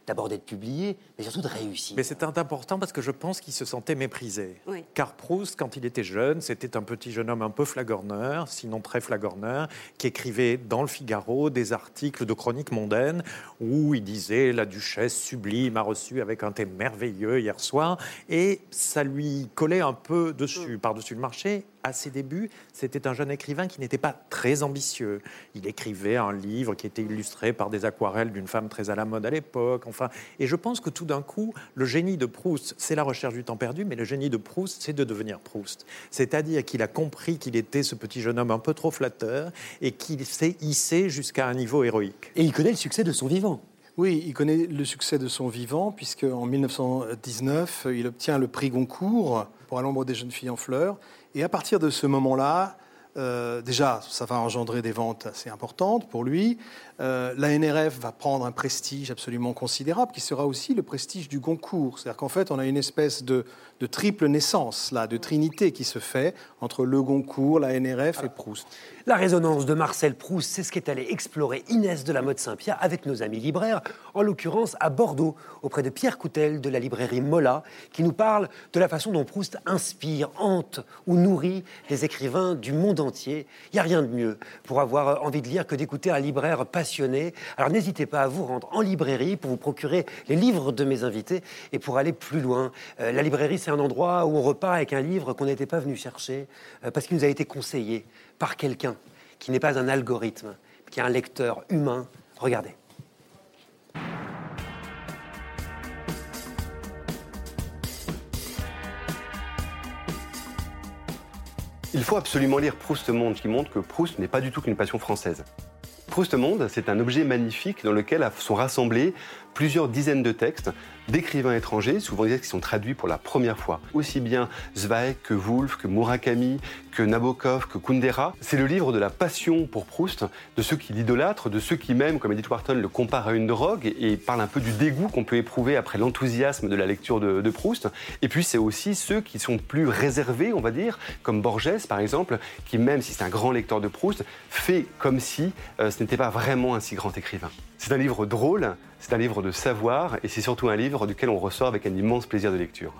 d'abord d'être publié, mais surtout de réussir. Mais c'est important parce que je pense qu'il se sentait méprisé. Oui. Car Proust, quand il était jeune, c'était un petit jeune homme un peu flagorneur, sinon très flagorneur, qui écrivait dans le Figaro des articles de chroniques mondaines où il disait « La duchesse sublime a reçu avec un thé merveilleux hier soir ». Et ça lui collait un peu dessus, par-dessus le marché. À ses débuts, c'était un jeune écrivain qui n'était pas très ambitieux. Il écrivait un livre qui était illustré par des aquarelles d'une femme très à la mode à l'époque. Enfin, et je pense que tout d'un coup, le génie de Proust, c'est la recherche du temps perdu, mais le génie de Proust, c'est de devenir Proust. C'est-à-dire qu'il a compris qu'il était ce petit jeune homme un peu trop flatteur et qu'il s'est hissé jusqu'à un niveau héroïque. Et il connaît le succès de son vivant. Oui, il connaît le succès de son vivant, puisqu'en 1919, il obtient le prix Goncourt pour À l'ombre des jeunes filles en fleurs. Et à partir de ce moment-là, déjà, ça va engendrer des ventes assez importantes pour lui. La NRF va prendre un prestige absolument considérable, qui sera aussi le prestige du Goncourt. C'est-à-dire qu'en fait, on a une espèce de triple naissance, là, de trinité qui se fait entre le Goncourt, la NRF et Proust. La résonance de Marcel Proust, c'est ce qu'est allé explorer Inès de la Motte Saint-Pierre avec nos amis libraires, en l'occurrence à Bordeaux, auprès de Pierre Coutel de la librairie Mola, qui nous parle de la façon dont Proust inspire, hante ou nourrit les écrivains du monde entier. Il n'y a rien de mieux pour avoir envie de lire que d'écouter un libraire passionné. Alors n'hésitez pas à vous rendre en librairie pour vous procurer les livres de mes invités et pour aller plus loin. La librairie, c'est un endroit où on repart avec un livre qu'on n'était pas venu chercher parce qu'il nous a été conseillé par quelqu'un qui n'est pas un algorithme, qui est un lecteur humain. Regardez. Il faut absolument lire Proust Monde, qui montre que Proust n'est pas du tout qu'une passion française. Proust Monde, c'est un objet magnifique dans lequel sont rassemblés plusieurs dizaines de textes d'écrivains étrangers, souvent des textes qui sont traduits pour la première fois. Aussi bien Zweig que Woolf, que Murakami, que Nabokov, que Kundera. C'est le livre de la passion pour Proust, de ceux qui l'idolâtrent, de ceux qui même, comme Edith Wharton, le comparent à une drogue et parlent un peu du dégoût qu'on peut éprouver après l'enthousiasme de la lecture de Proust. Et puis c'est aussi ceux qui sont plus réservés, on va dire, comme Borges par exemple, qui même si c'est un grand lecteur de Proust, fait comme si ce n'était pas vraiment un si grand écrivain. C'est un livre drôle, c'est un livre de savoir et c'est surtout un livre duquel on ressort avec un immense plaisir de lecture.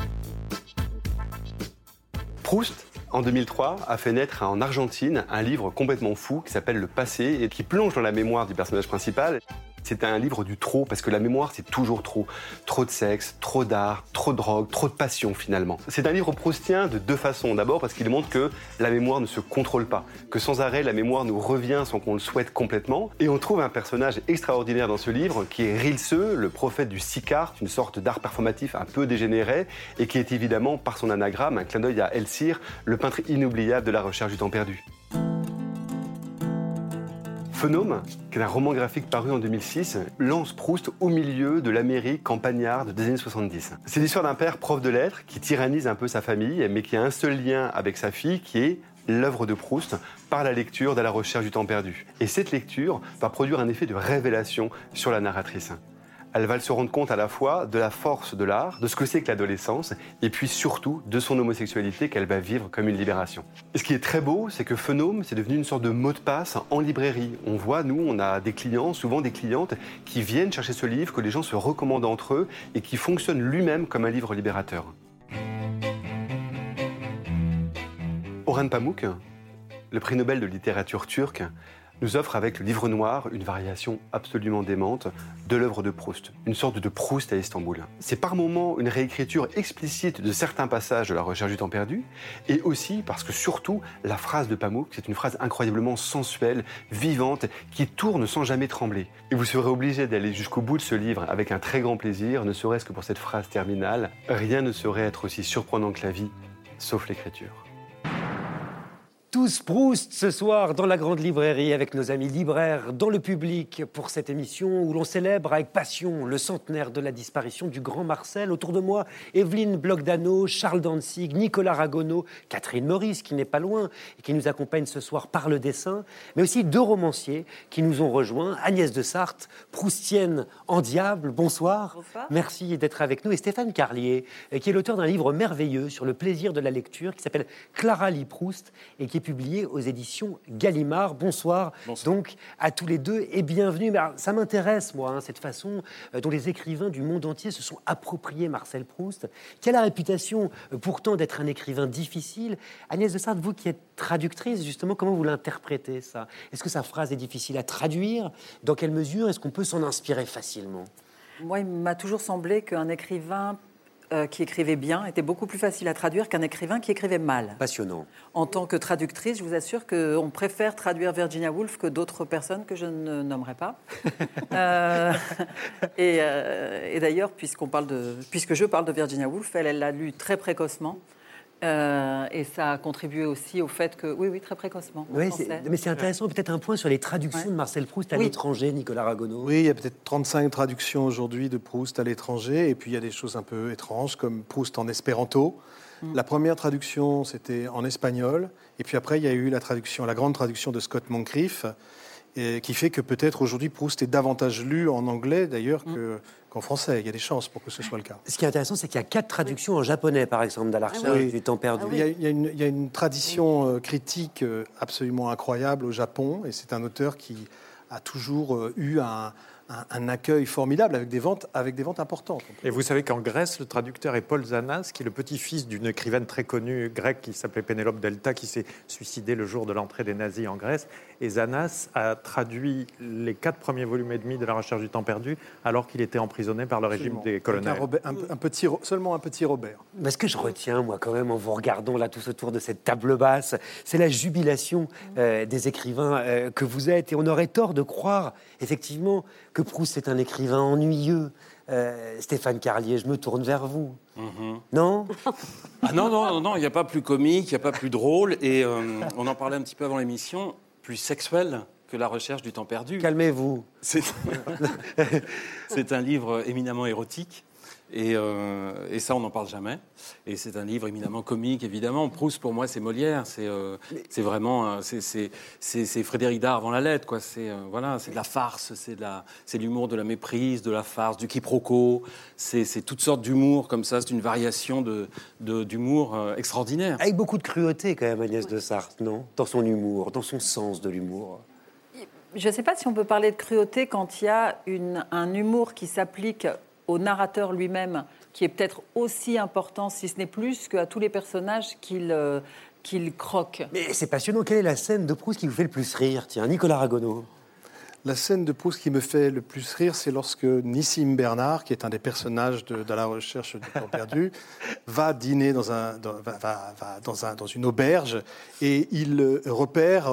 Proust, en 2003, a fait naître en Argentine un livre complètement fou qui s'appelle Le Passé et qui plonge dans la mémoire du personnage principal. C'est un livre du trop, parce que la mémoire, c'est toujours trop. Trop de sexe, trop d'art, trop de drogue, trop de passion, finalement. C'est un livre proustien de deux façons. D'abord, parce qu'il montre que la mémoire ne se contrôle pas, que sans arrêt, la mémoire nous revient sans qu'on le souhaite complètement. Et on trouve un personnage extraordinaire dans ce livre, qui est Rilse, le prophète du sick art, une sorte d'art performatif un peu dégénéré, et qui est évidemment, par son anagramme, un clin d'œil à Elsir, le peintre inoubliable de la recherche du temps perdu. Phenome, qui est un roman graphique paru en 2006, lance Proust au milieu de l'Amérique campagnarde des années 70. C'est l'histoire d'un père prof de lettres qui tyrannise un peu sa famille, mais qui a un seul lien avec sa fille, qui est l'œuvre de Proust par la lecture d'À la recherche du temps perdu. Et cette lecture va produire un effet de révélation sur la narratrice. Elle va se rendre compte à la fois de la force de l'art, de ce que c'est que l'adolescence, et puis surtout de son homosexualité qu'elle va vivre comme une libération. Et ce qui est très beau, c'est que Phenome, c'est devenu une sorte de mot de passe en librairie. On voit, nous, on a des clients, souvent des clientes, qui viennent chercher ce livre, que les gens se recommandent entre eux, et qui fonctionne lui-même comme un livre libérateur. Orhan Pamuk, le prix Nobel de littérature turque, nous offre avec le livre noir une variation absolument démente de l'œuvre de Proust, une sorte de Proust à Istanbul. C'est par moments une réécriture explicite de certains passages de La recherche du temps perdu, et aussi parce que surtout la phrase de Pamuk, c'est une phrase incroyablement sensuelle, vivante, qui tourne sans jamais trembler. Et vous serez obligé d'aller jusqu'au bout de ce livre avec un très grand plaisir, ne serait-ce que pour cette phrase terminale, rien ne saurait être aussi surprenant que la vie, sauf l'écriture. Tous Proust ce soir dans la grande librairie avec nos amis libraires dans le public pour cette émission où l'on célèbre avec passion le centenaire de la disparition du grand Marcel. Autour de moi, Evelyne Bloch-Dano, Charles Danzig, Nicolas Ragonneau, Catherine Maurice qui n'est pas loin et qui nous accompagne ce soir par le dessin, mais aussi deux romanciers qui nous ont rejoints, Agnès de Sarthe, proustienne en diable, bonsoir. Bonsoir. Merci d'être avec nous, et Stéphane Carlier qui est l'auteur d'un livre merveilleux sur le plaisir de la lecture qui s'appelle Clara lit Proust et qui est publié aux éditions Gallimard. Bonsoir. Donc à tous les deux et bienvenue. Mais alors, ça m'intéresse, moi, cette façon dont les écrivains du monde entier se sont appropriés Marcel Proust, qui a la réputation pourtant d'être un écrivain difficile. Agnès de Sarthe, vous qui êtes traductrice, justement, comment vous l'interprétez, ça? Est-ce que sa phrase est difficile à traduire? Dans quelle mesure est-ce qu'on peut s'en inspirer facilement? Moi, il m'a toujours semblé qu'un écrivain qui écrivait bien était beaucoup plus facile à traduire qu'un écrivain qui écrivait mal. Passionnant. En tant que traductrice, je vous assure qu'on préfère traduire Virginia Woolf que d'autres personnes que je ne nommerai pas. Et d'ailleurs, puisque je parle de Virginia Woolf, elle l'a lu très précocement. Et ça a contribué aussi au fait que... Oui, très précocement. Oui, mais c'est intéressant, peut-être un point sur les traductions de Marcel Proust à l'étranger, Nicolas Ragonneau. Oui, il y a peut-être 35 traductions aujourd'hui de Proust à l'étranger, et puis il y a des choses un peu étranges, comme Proust en espéranto. La première traduction, c'était en espagnol, et puis après, il y a eu la grande traduction de Scott Moncrief, qui fait que peut-être aujourd'hui Proust est davantage lu en anglais d'ailleurs qu'en français. Il y a des chances pour que ce soit le cas. Ce qui est intéressant, c'est qu'il y a 4 traductions en japonais, par exemple, dans la recherche du temps perdu. Il y a une tradition critique absolument incroyable au Japon, et c'est un auteur qui a toujours eu un accueil formidable avec des ventes importantes. Et vous savez qu'en Grèce, le traducteur est Paul Zanas, qui est le petit-fils d'une écrivaine très connue grecque qui s'appelait Pénélope Delta, qui s'est suicidée le jour de l'entrée des nazis en Grèce. Et Zanas a traduit les 4 premiers volumes et demi de La Recherche du temps perdu, alors qu'il était emprisonné par le régime des colonels. Seulement un petit Robert. Mais ce que je retiens, moi, quand même, en vous regardant là tous autour de cette table basse, c'est la jubilation des écrivains que vous êtes. Et on aurait tort de croire, effectivement, que Proust est un écrivain ennuyeux. Stéphane Carlier, je me tourne vers vous. Non? Non, il n'y a pas plus comique, il n'y a pas plus drôle. Et on en parlait un petit peu avant l'émission, plus sexuel que La Recherche du temps perdu. Calmez-vous. C'est un livre éminemment érotique. Et ça, on n'en parle jamais. Et c'est un livre éminemment comique, évidemment. Proust, pour moi, c'est Molière. C'est vraiment... c'est Frédéric Dard avant la lettre, quoi. C'est de la farce, c'est l'humour de la méprise, de la farce, du quiproquo. C'est toutes sortes d'humour, comme ça. C'est une variation d'humour extraordinaire. Avec beaucoup de cruauté, quand même, Agnès de Sarthe, non? Dans son humour, dans son sens de l'humour. Je ne sais pas si on peut parler de cruauté quand il y a un humour qui s'applique au narrateur lui-même, qui est peut-être aussi important, si ce n'est plus, qu'à tous les personnages qu'il croque. Mais c'est passionnant. Quelle est la scène de Proust qui vous fait le plus rire? Tiens, Nicolas Ragonneau. La scène de Proust qui me fait le plus rire, c'est lorsque Nissim Bernard, qui est un des personnages de La Recherche du temps perdu, va dîner dans une auberge et il repère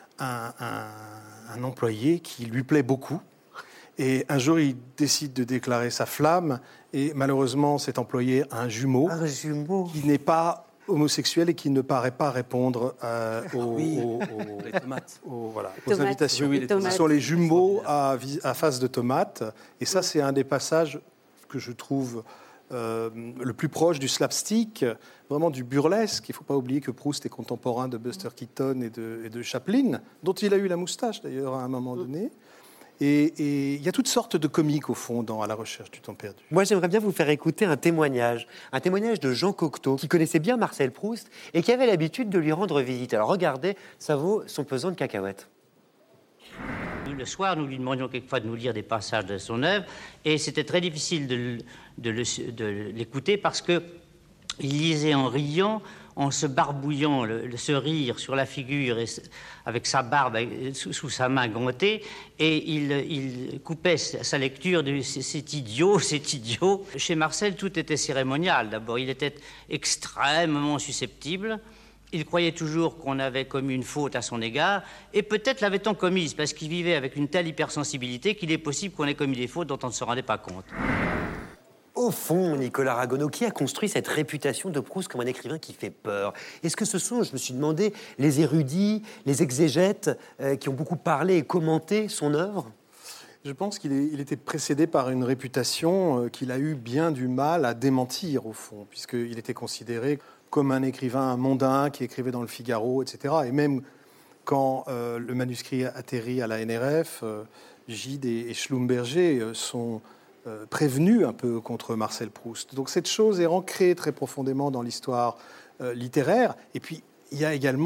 un employé qui lui plaît beaucoup. Et un jour, il décide de déclarer sa flamme. Et malheureusement, cet employé a un jumeau qui n'est pas homosexuel et qui ne paraît pas répondre aux invitations. Ce sont les jumeaux à face de tomates. Et ça, c'est un des passages que je trouve le plus proche du slapstick, vraiment du burlesque. Il ne faut pas oublier que Proust est contemporain de Buster Keaton et de Chaplin, dont il a eu la moustache d'ailleurs à un moment donné. Et il y a toutes sortes de comiques, au fond, À la Recherche du temps perdu. Moi, j'aimerais bien vous faire écouter un témoignage de Jean Cocteau, qui connaissait bien Marcel Proust et qui avait l'habitude de lui rendre visite. Alors regardez, ça vaut son pesant de cacahuètes. Le soir, nous lui demandions quelquefois de nous lire des passages de son œuvre, et c'était très difficile de l'écouter parce qu'il lisait en riant, en se barbouillant ce rire sur la figure et avec sa barbe sous sa main gantée, et il coupait sa lecture de c'est idiot. Chez Marcel, tout était cérémonial. D'abord, il était extrêmement susceptible. Il croyait toujours qu'on avait commis une faute à son égard, et peut-être l'avait-on commise, parce qu'il vivait avec une telle hypersensibilité qu'il est possible qu'on ait commis des fautes dont on ne se rendait pas compte. Au fond, Nicolas Ragonneau, qui a construit cette réputation de Proust comme un écrivain qui fait peur? Est-ce que ce sont, je me suis demandé, les érudits, les exégètes qui ont beaucoup parlé et commenté son œuvre? Je pense qu'il était précédé par une réputation qu'il a eu bien du mal à démentir, au fond, puisqu'il était considéré comme un écrivain mondain qui écrivait dans le Figaro, etc. Et même quand le manuscrit atterrit à la NRF, Gide et Schlumberger sont prévenus un peu contre Marcel Proust. Donc cette chose est ancrée très profondément dans l'histoire littéraire. Et puis il y a également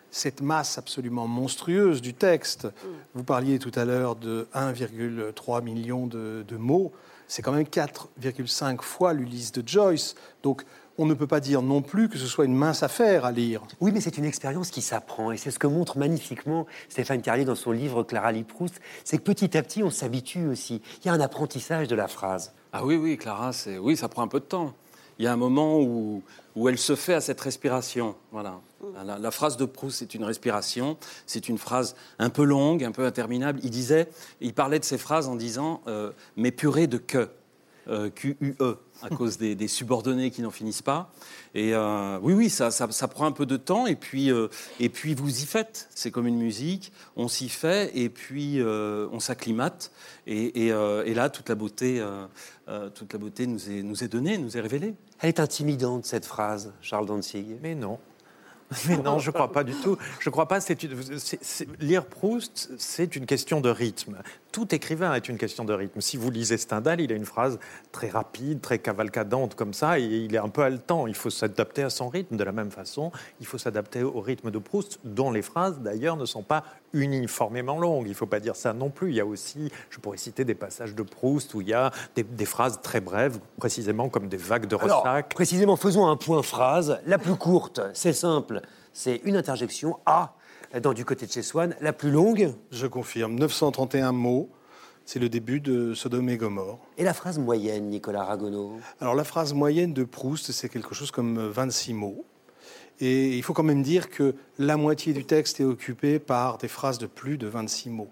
cette masse absolument monstrueuse du texte. Vous parliez tout à l'heure de 1,3 million de mots. C'est quand même 4,5 fois l'Ulysse de Joyce. Donc, on ne peut pas dire non plus que ce soit une mince affaire à lire. Oui, mais c'est une expérience qui s'apprend. Et c'est ce que montre magnifiquement Stéphane Carlier dans son livre Clara lit Proust. C'est que petit à petit, on s'habitue aussi. Il y a un apprentissage de la phrase. Ah oui, Clara, oui, ça prend un peu de temps. Il y a un moment où elle se fait à cette respiration. Voilà. La phrase de Proust, c'est une respiration. C'est une phrase un peu longue, un peu interminable. Il parlait de ces phrases en disant « mais purée de que ». Q-U-E, à cause des subordonnés qui n'en finissent pas. Et oui, ça prend un peu de temps, et puis vous y faites. C'est comme une musique, on s'y fait, et puis on s'acclimate, et là, toute la beauté nous est donnée, nous est révélée. Elle est intimidante, cette phrase, Charles Dantzig. Mais non. Mais non, je ne crois pas du tout. Je crois pas. Lire Proust, c'est une question de rythme. Tout écrivain est une question de rythme. Si vous lisez Stendhal, il a une phrase très rapide, très cavalcadante comme ça, et il est un peu haletant. Il faut s'adapter à son rythme. De la même façon, il faut s'adapter au rythme de Proust, dont les phrases, d'ailleurs, ne sont pas uniformément longues. Il ne faut pas dire ça non plus. Il y a aussi, je pourrais citer des passages de Proust où il y a des phrases très brèves, précisément comme des vagues de ressac. Alors, précisément, faisons un point phrase. La plus courte, c'est simple, c'est une interjection A. Dans Du côté de chez Swann, la plus longue. Je confirme, 931 mots, c'est le début de Sodome et Gomorrhe. Et la phrase moyenne, Nicolas Ragonneau? Alors la phrase moyenne de Proust, c'est quelque chose comme 26 mots. Et il faut quand même dire que la moitié du texte est occupée par des phrases de plus de 26 mots.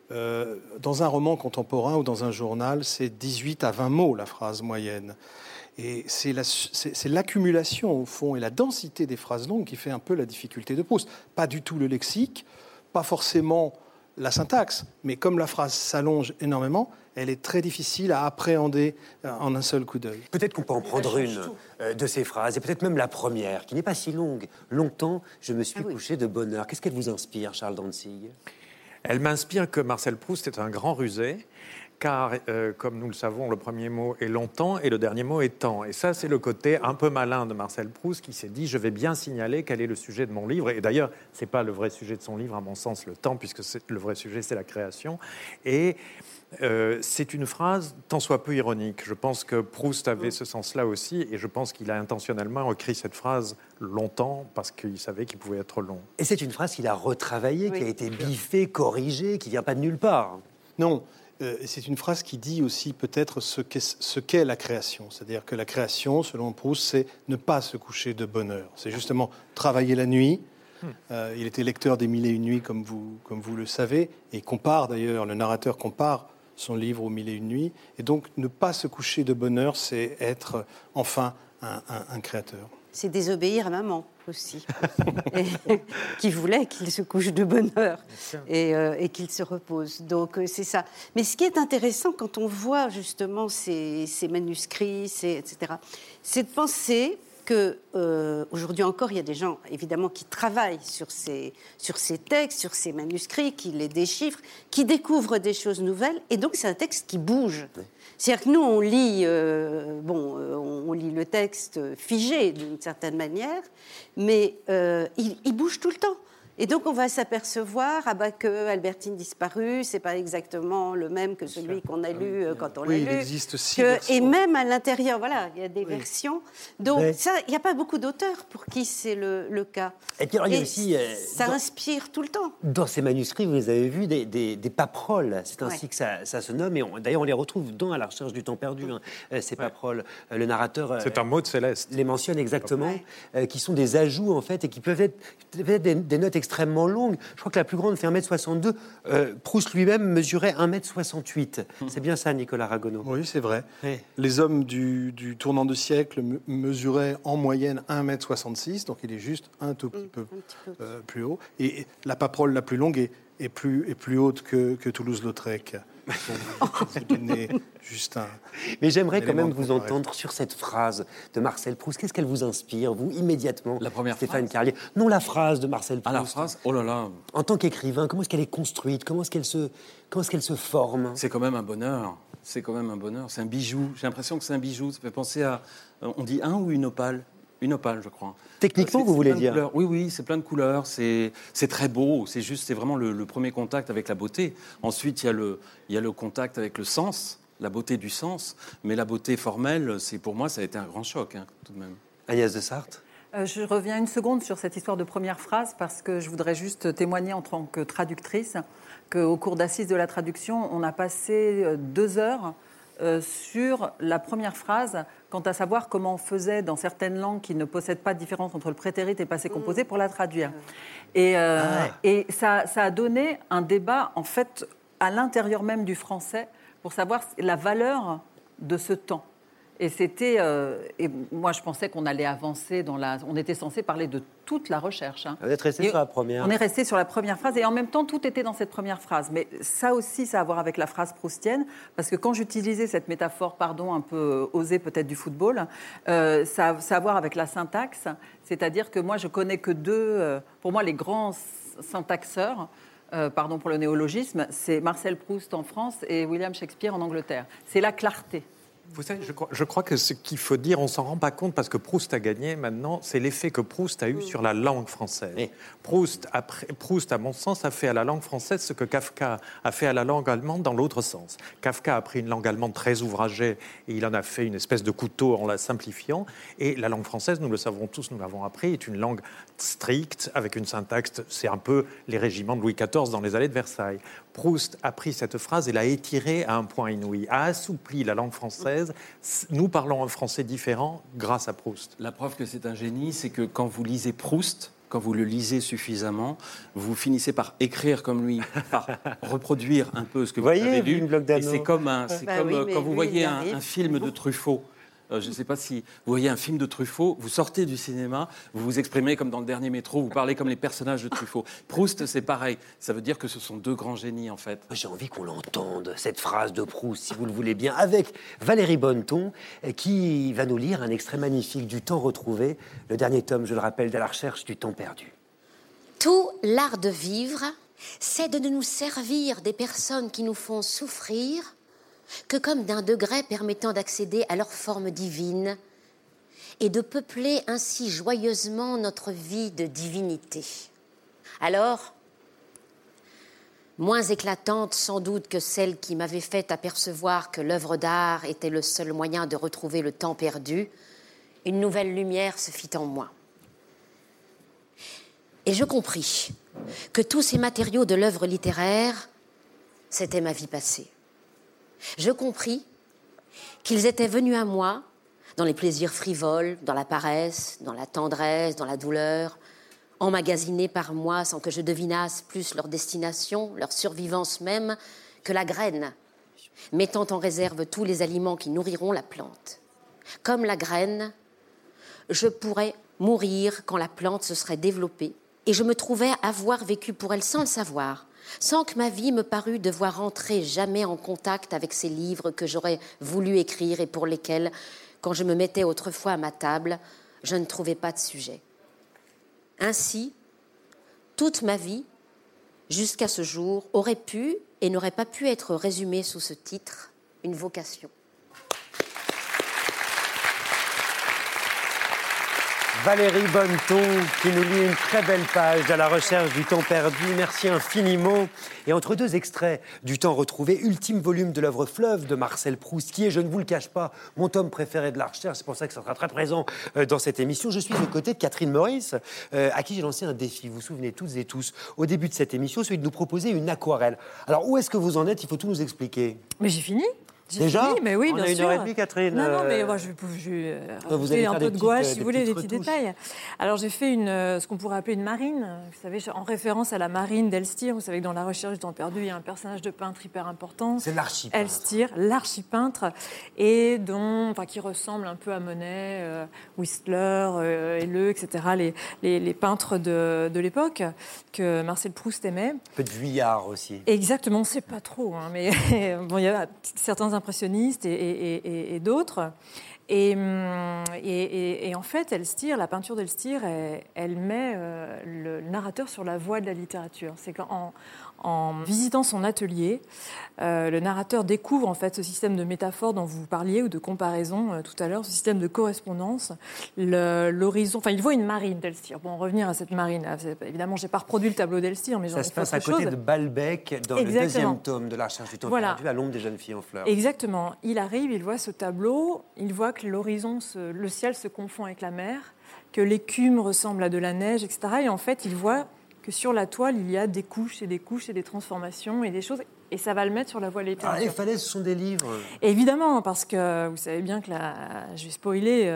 Dans un roman contemporain ou dans un journal, c'est 18 à 20 mots la phrase moyenne. Et c'est l'accumulation, au fond, et la densité des phrases longues qui fait un peu la difficulté de Proust. Pas du tout le lexique, pas forcément la syntaxe, mais comme la phrase s'allonge énormément, elle est très difficile à appréhender en un seul coup d'œil. Peut-être qu'on peut en prendre une de ces phrases, et peut-être même la première, qui n'est pas si longue. Longtemps, je me suis couché de bonne heure. Qu'est-ce qu'elle vous inspire, Charles Dantzig? Elle m'inspire que Marcel Proust est un grand rusé, car, comme nous le savons, le premier mot est longtemps et le dernier mot est temps. Et ça, c'est le côté un peu malin de Marcel Proust qui s'est dit « je vais bien signaler quel est le sujet de mon livre ». Et d'ailleurs, ce n'est pas le vrai sujet de son livre, à mon sens, le temps, puisque le vrai sujet, c'est la création. Et c'est une phrase tant soit peu ironique. Je pense que Proust avait ce sens-là aussi, et je pense qu'il a intentionnellement écrit cette phrase longtemps parce qu'il savait qu'il pouvait être long. Et c'est une phrase qu'il a retravaillée, qui a été biffée, corrigée, qui ne vient pas de nulle part. Non. C'est une phrase qui dit aussi peut-être ce qu'est la création. C'est-à-dire que la création, selon Proust, c'est ne pas se coucher de bonne heure. C'est justement travailler la nuit. Il était lecteur des Mille et une nuits, comme vous le savez, et compare d'ailleurs, le narrateur compare son livre aux Mille et une nuits. Et donc, ne pas se coucher de bonne heure, c'est être enfin un créateur. C'est désobéir à maman aussi, qui voulait qu'il se couche de bonne heure et qu'il se repose. Donc c'est ça. Mais ce qui est intéressant quand on voit justement ces manuscrits, etc., c'est de penser que aujourd'hui encore, il y a des gens évidemment qui travaillent sur ces textes, sur ces manuscrits, qui les déchiffrent, qui découvrent des choses nouvelles, et donc c'est un texte qui bouge. C'est-à-dire que nous, on lit le texte figé d'une certaine manière, mais il bouge tout le temps. Et donc, on va s'apercevoir que Albertine disparue, c'est pas exactement le même que celui qu'on a lu quand on l'a lu. Il existe 6 versions. Et même à l'intérieur, voilà, il y a des versions. Donc, il n'y a pas beaucoup d'auteurs pour qui c'est le cas. Et puis, alors, il y a aussi... ça inspire tout le temps. Dans ces manuscrits, vous les avez vus, des paperoles. C'est ainsi que ça se nomme. Et d'ailleurs, on les retrouve dans À la recherche du temps perdu, ces paperoles. Le narrateur... c'est un mot de Céleste. Les mentionne exactement, qui sont des ajouts, en fait, et qui peuvent être des notes extrêmement longue. Je crois que la plus grande fait 1m62. Proust lui-même mesurait 1m68. C'est bien ça, Nicolas Ragonneau? Oui, c'est vrai. Oui. Les hommes du tournant de siècle mesuraient en moyenne 1m66, donc il est juste un tout petit peu plus haut. Et la paperole la plus longue est plus haute que Toulouse-Lautrec. Juste Mais j'aimerais quand même vous entendre sur cette phrase de Marcel Proust. Qu'est-ce qu'elle vous inspire, vous, immédiatement, la première Stéphane Carlier? Non, la phrase de Marcel Proust. Ah, la phrase? Oh là là. En tant qu'écrivain, comment est-ce qu'elle est construite? Comment est-ce qu'elle se forme? C'est quand même un bonheur. C'est quand même un bonheur. C'est un bijou. J'ai l'impression que c'est un bijou. Ça fait penser à... On dit un ou une opale? Une opale, je crois. Techniquement, vous voulez dire? Oui, c'est plein de couleurs, c'est très beau, c'est vraiment le premier contact avec la beauté. Ensuite, il y a le contact avec le sens, la beauté du sens, mais la beauté formelle, pour moi, ça a été un grand choc, tout de même. Agnès de Sarthe? Je reviens une seconde sur cette histoire de première phrase, parce que je voudrais juste témoigner en tant que traductrice qu'au cours d'assises de la traduction, on a passé 2 heures sur la première phrase, quant à savoir comment on faisait dans certaines langues qui ne possèdent pas de différence entre le prétérit et le passé composé pour la traduire. Et ça a donné un débat, en fait, à l'intérieur même du français pour savoir la valeur de ce temps. Et c'était... et moi, je pensais qu'on allait avancer on était censé parler de toute la recherche. Vous êtes resté sur la première. On est resté sur la première phrase. Et en même temps, tout était dans cette première phrase. Mais ça aussi, ça a à voir avec la phrase proustienne. Parce que quand j'utilisais cette métaphore, un peu osée peut-être du football, ça a à voir avec la syntaxe. C'est-à-dire que moi, je connais que 2... pour moi, les grands syntaxeurs... pardon pour le néologisme, c'est Marcel Proust en France et William Shakespeare en Angleterre. C'est la clarté. Vous savez, je crois que ce qu'il faut dire, on ne s'en rend pas compte parce que Proust a gagné maintenant, c'est l'effet que Proust a eu sur la langue française. Proust, à mon sens, a fait à la langue française ce que Kafka a fait à la langue allemande dans l'autre sens. Kafka a pris une langue allemande très ouvragée et il en a fait une espèce de couteau en la simplifiant. Et la langue française, nous le savons tous, nous l'avons appris, est une langue stricte, avec une syntaxe, c'est un peu les régiments de Louis XIV dans les allées de Versailles. Proust a pris cette phrase et l'a étirée à un point inouï, a assoupli la langue française. Nous parlons un français différent grâce à Proust. La preuve que c'est un génie, c'est que quand vous lisez Proust, quand vous le lisez suffisamment, vous finissez par écrire comme lui, par reproduire un peu ce que vous avez lu. Et c'est comme, quand vous voyez un film de Truffaut. Je ne sais pas si vous voyez un film de Truffaut, vous sortez du cinéma, vous vous exprimez comme dans Le Dernier Métro, vous parlez comme les personnages de Truffaut. Proust, c'est pareil. Ça veut dire que ce sont 2 grands génies, en fait. J'ai envie qu'on l'entende, cette phrase de Proust, si vous le voulez bien, avec Valérie Bonneton, qui va nous lire un extrait magnifique du Temps retrouvé, le dernier tome, je le rappelle, de la recherche du temps perdu. Tout l'art de vivre, c'est de ne nous servir des personnes qui nous font souffrir que comme d'un degré permettant d'accéder à leur forme divine et de peupler ainsi joyeusement notre vie de divinité. Alors, moins éclatante sans doute que celle qui m'avait fait apercevoir que l'œuvre d'art était le seul moyen de retrouver le temps perdu, une nouvelle lumière se fit en moi. Et je compris que tous ces matériaux de l'œuvre littéraire, c'était ma vie passée. Je compris qu'ils étaient venus à moi dans les plaisirs frivoles, dans la paresse, dans la tendresse, dans la douleur, emmagasinés par moi sans que je devinasse plus leur destination, leur survivance même, que la graine, mettant en réserve tous les aliments qui nourriront la plante. Comme la graine, je pourrais mourir quand la plante se serait développée, et je me trouvais avoir vécu pour elle sans le savoir, sans que ma vie me parût devoir entrer jamais en contact avec ces livres que j'aurais voulu écrire et pour lesquels, quand je me mettais autrefois à ma table, je ne trouvais pas de sujet. Ainsi, toute ma vie, jusqu'à ce jour, aurait pu et n'aurait pas pu être résumée sous ce titre, une vocation. Valérie Bonneton qui nous lit une très belle page de la recherche du temps perdu. Merci infiniment. Et entre 2 extraits du Temps retrouvé, ultime volume de l'œuvre Fleuve de Marcel Proust, qui est, je ne vous le cache pas, mon tome préféré de la recherche. C'est pour ça que ça sera très présent dans cette émission. Je suis aux côtés de Catherine Meurice, à qui j'ai lancé un défi. Vous vous souvenez toutes et tous, au début de cette émission, celui de nous proposer une aquarelle. Alors, où est-ce que vous en êtes? Il faut tout nous expliquer. Mais j'ai fini. Déjà fini, mais oui, on bien a sûr. 1h30, Catherine. Non, mais moi, je vais un peu de gouache, si vous voulez, des petits détails. Alors, j'ai fait ce qu'on pourrait appeler une marine, vous savez, en référence à la marine d'Elstir. Vous savez que dans La recherche du temps perdu, il y a un personnage de peintre hyper important. C'est l'archipeintre. Elstir, l'archipeintre, et qui ressemble un peu à Monet, Whistler, Helleu, etc., les peintres de l'époque que Marcel Proust aimait. Un peu de Vuillard aussi. Exactement, c'est pas trop, mais bon, il y a certains impressionnistes et d'autres. Et en fait, Elstir, la peinture d'Elstir, elle met le narrateur sur la voie de la littérature. C'est qu'en visitant son atelier, le narrateur découvre en fait ce système de métaphore dont vous parliez ou de comparaison tout à l'heure, ce système de correspondance, l'horizon. Enfin, il voit une marine d'Elstir. Bon, revenir à cette marine. Évidemment, j'ai pas reproduit le tableau d'Elstir, mais j'en ai Ça se passe à côté de Balbec, dans le deuxième tome de La Recherche du temps perdu, à l'ombre des jeunes filles en fleurs. Exactement. Il arrive, il voit ce tableau, il voit que l'horizon, le ciel se confond avec la mer, que l'écume ressemble à de la neige, etc. Et en fait, il voit que sur la toile, il y a des couches et des couches et des transformations et des choses. Et ça va le mettre sur la voie de la littérature. Les falaises sont des livres. Évidemment, parce que vous savez bien que je vais spoiler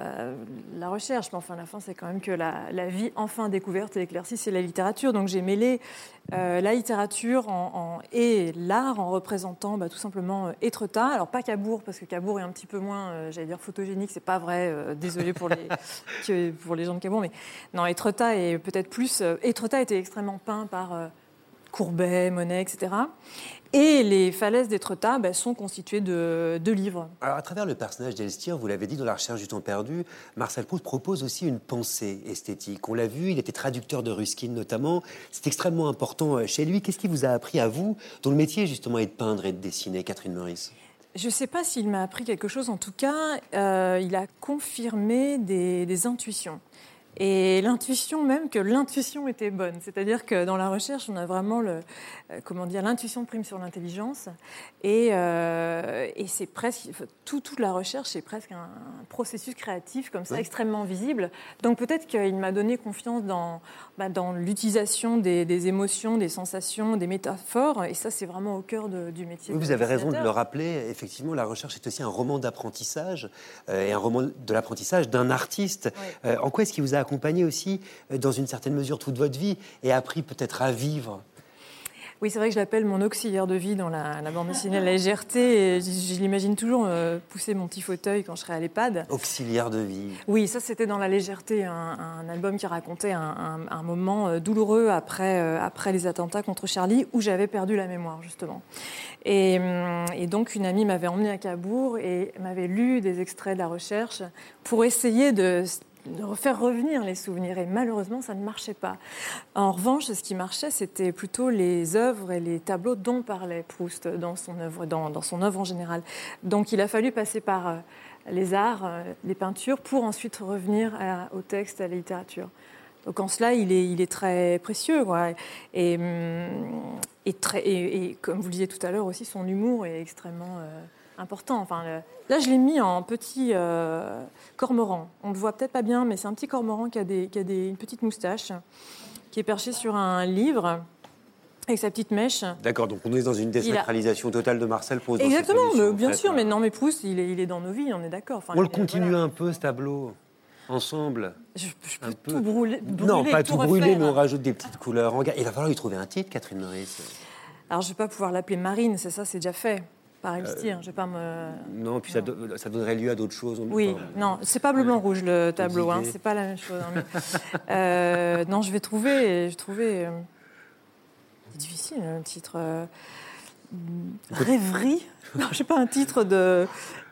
la recherche, mais enfin, la fin, c'est quand même que la vie enfin découverte et éclaircie, c'est la littérature. Donc j'ai mêlé la littérature et l'art en représentant tout simplement Étretat. Alors pas Cabourg, parce que Cabourg est un petit peu moins, j'allais dire, photogénique, c'est pas vrai, désolé pour les gens de Cabourg, mais non, Étretat est peut-être plus... Étretat était extrêmement peint par... Courbet, Monet, etc. Et les falaises d'Étretat sont constituées de livres. Alors, à travers le personnage d'Elstir, vous l'avez dit, dans La Recherche du temps perdu, Marcel Proust propose aussi une pensée esthétique. On l'a vu, il était traducteur de Ruskin notamment. C'est extrêmement important chez lui. Qu'est-ce qui vous a appris à vous, dont le métier justement est de peindre et de dessiner, Catherine Meurice ? Je ne sais pas s'il m'a appris quelque chose. En tout cas, il a confirmé des intuitions. Et l'intuition même, que l'intuition était bonne. C'est-à-dire que dans la recherche, on a vraiment l'intuition prime sur l'intelligence. Et c'est presque... Toute la recherche, c'est presque un processus créatif comme ça, extrêmement visible. Donc peut-être qu'il m'a donné confiance dans l'utilisation des émotions, des sensations, des métaphores. Et ça, c'est vraiment au cœur du métier. Oui, vous avez raison de le rappeler. Effectivement, la recherche est aussi un roman d'apprentissage et un roman de l'apprentissage d'un artiste. Oui. En quoi est-ce qu'il vous a accompagné aussi, dans une certaine mesure, toute votre vie et appris peut-être à vivre ? Oui, c'est vrai que je l'appelle mon auxiliaire de vie dans la bande dessinée La Légèreté. Et je l'imagine toujours pousser mon petit fauteuil quand je serai à l'EHPAD. Auxiliaire de vie. Oui, ça c'était dans La Légèreté, un album qui racontait un moment douloureux après les attentats contre Charlie, où j'avais perdu la mémoire, justement. Et donc une amie m'avait emmenée à Cabourg et m'avait lu des extraits de la recherche pour essayer de faire revenir les souvenirs. Et malheureusement, ça ne marchait pas. En revanche, ce qui marchait, c'était plutôt les œuvres et les tableaux dont parlait Proust dans son œuvre en général. Donc il a fallu passer par les arts, les peintures, pour ensuite revenir au texte, à la littérature. Donc en cela, il est très précieux, quoi. Et comme vous le disiez tout à l'heure aussi, son humour est extrêmement... important. Enfin, là, je l'ai mis en petit cormoran. On ne le voit peut-être pas bien, mais c'est un petit cormoran qui a une petite moustache, qui est perché sur un livre avec sa petite mèche. D'accord, donc on est dans une désacralisation totale de Marcel Proust. Exactement, bien sûr, mais non, mais Proust, il est dans nos vies, on est d'accord. Enfin, on le continue un peu, ce tableau, ensemble. Je peux tout brûler. Non, pas tout brûler, mais on rajoute des petites couleurs. Il va falloir lui trouver un titre, Catherine Meurice. Alors, je ne vais pas pouvoir l'appeler Marine, c'est déjà fait. Par Elstir, je vais pas me... Non, puis non. Ça donnerait lieu à d'autres choses. Oui, non, c'est pas bleu, blanc, rouge le tableau, c'est pas la même chose. Non, je vais trouver... c'est difficile, un titre... Rêverie. Non, je sais pas, un titre de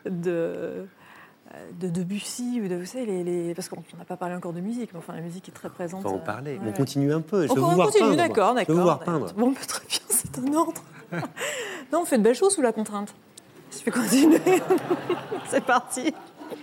Debussy ou de, vous savez, parce qu'on n'a pas parlé encore de musique, mais enfin la musique est très présente. On va en parler. On continue un peu. Je vais vous voir peindre. D'accord. Je vais vous voir peindre. Bon, très bien, c'est un ordre. Non, on fait de belles choses sous la contrainte. Je vais continuer. C'est parti.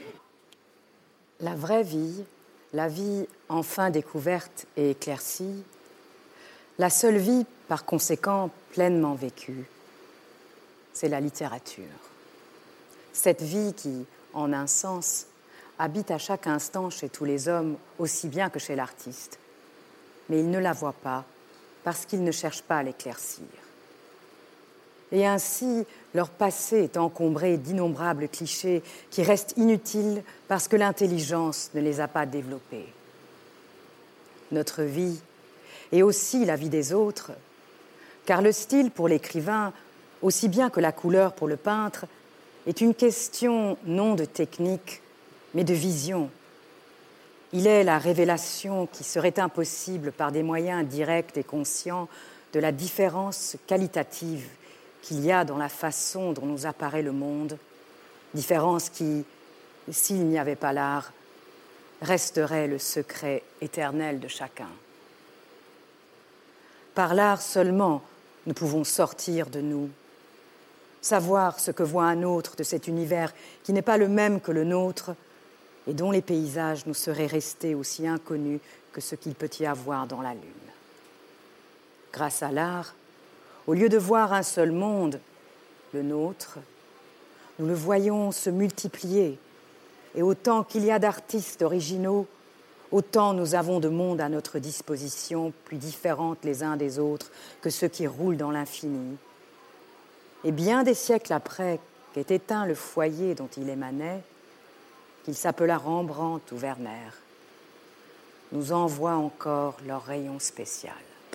La vraie vie, la vie enfin découverte et éclaircie, la seule vie par conséquent pleinement vécue, c'est la littérature. Cette vie qui, en un sens, habite à chaque instant chez tous les hommes aussi bien que chez l'artiste. Mais ils ne la voient pas parce qu'ils ne cherchent pas à l'éclaircir. Et ainsi, leur passé est encombré d'innombrables clichés qui restent inutiles parce que l'intelligence ne les a pas développés. Notre vie est aussi la vie des autres, car le style pour l'écrivain, aussi bien que la couleur pour le peintre, est une question non de technique, mais de vision. Il est la révélation qui serait impossible par des moyens directs et conscients de la différence qualitative qu'il y a dans la façon dont nous apparaît le monde, différence qui, Et s'il n'y avait pas l'art, resterait le secret éternel de chacun. Par l'art seulement, nous pouvons sortir de nous, savoir ce que voit un autre de cet univers qui n'est pas le même que le nôtre et dont les paysages nous seraient restés aussi inconnus que ce qu'il peut y avoir dans la lune. Grâce à l'art, au lieu de voir un seul monde, le nôtre, nous le voyons se multiplier. Et autant qu'il y a d'artistes originaux, autant nous avons de mondes à notre disposition, plus différentes les uns des autres que ceux qui roulent dans l'infini. Et bien des siècles après qu'est éteint le foyer dont il émanait, qu'il s'appela Rembrandt ou Werner, nous envoient encore leur rayon spécial.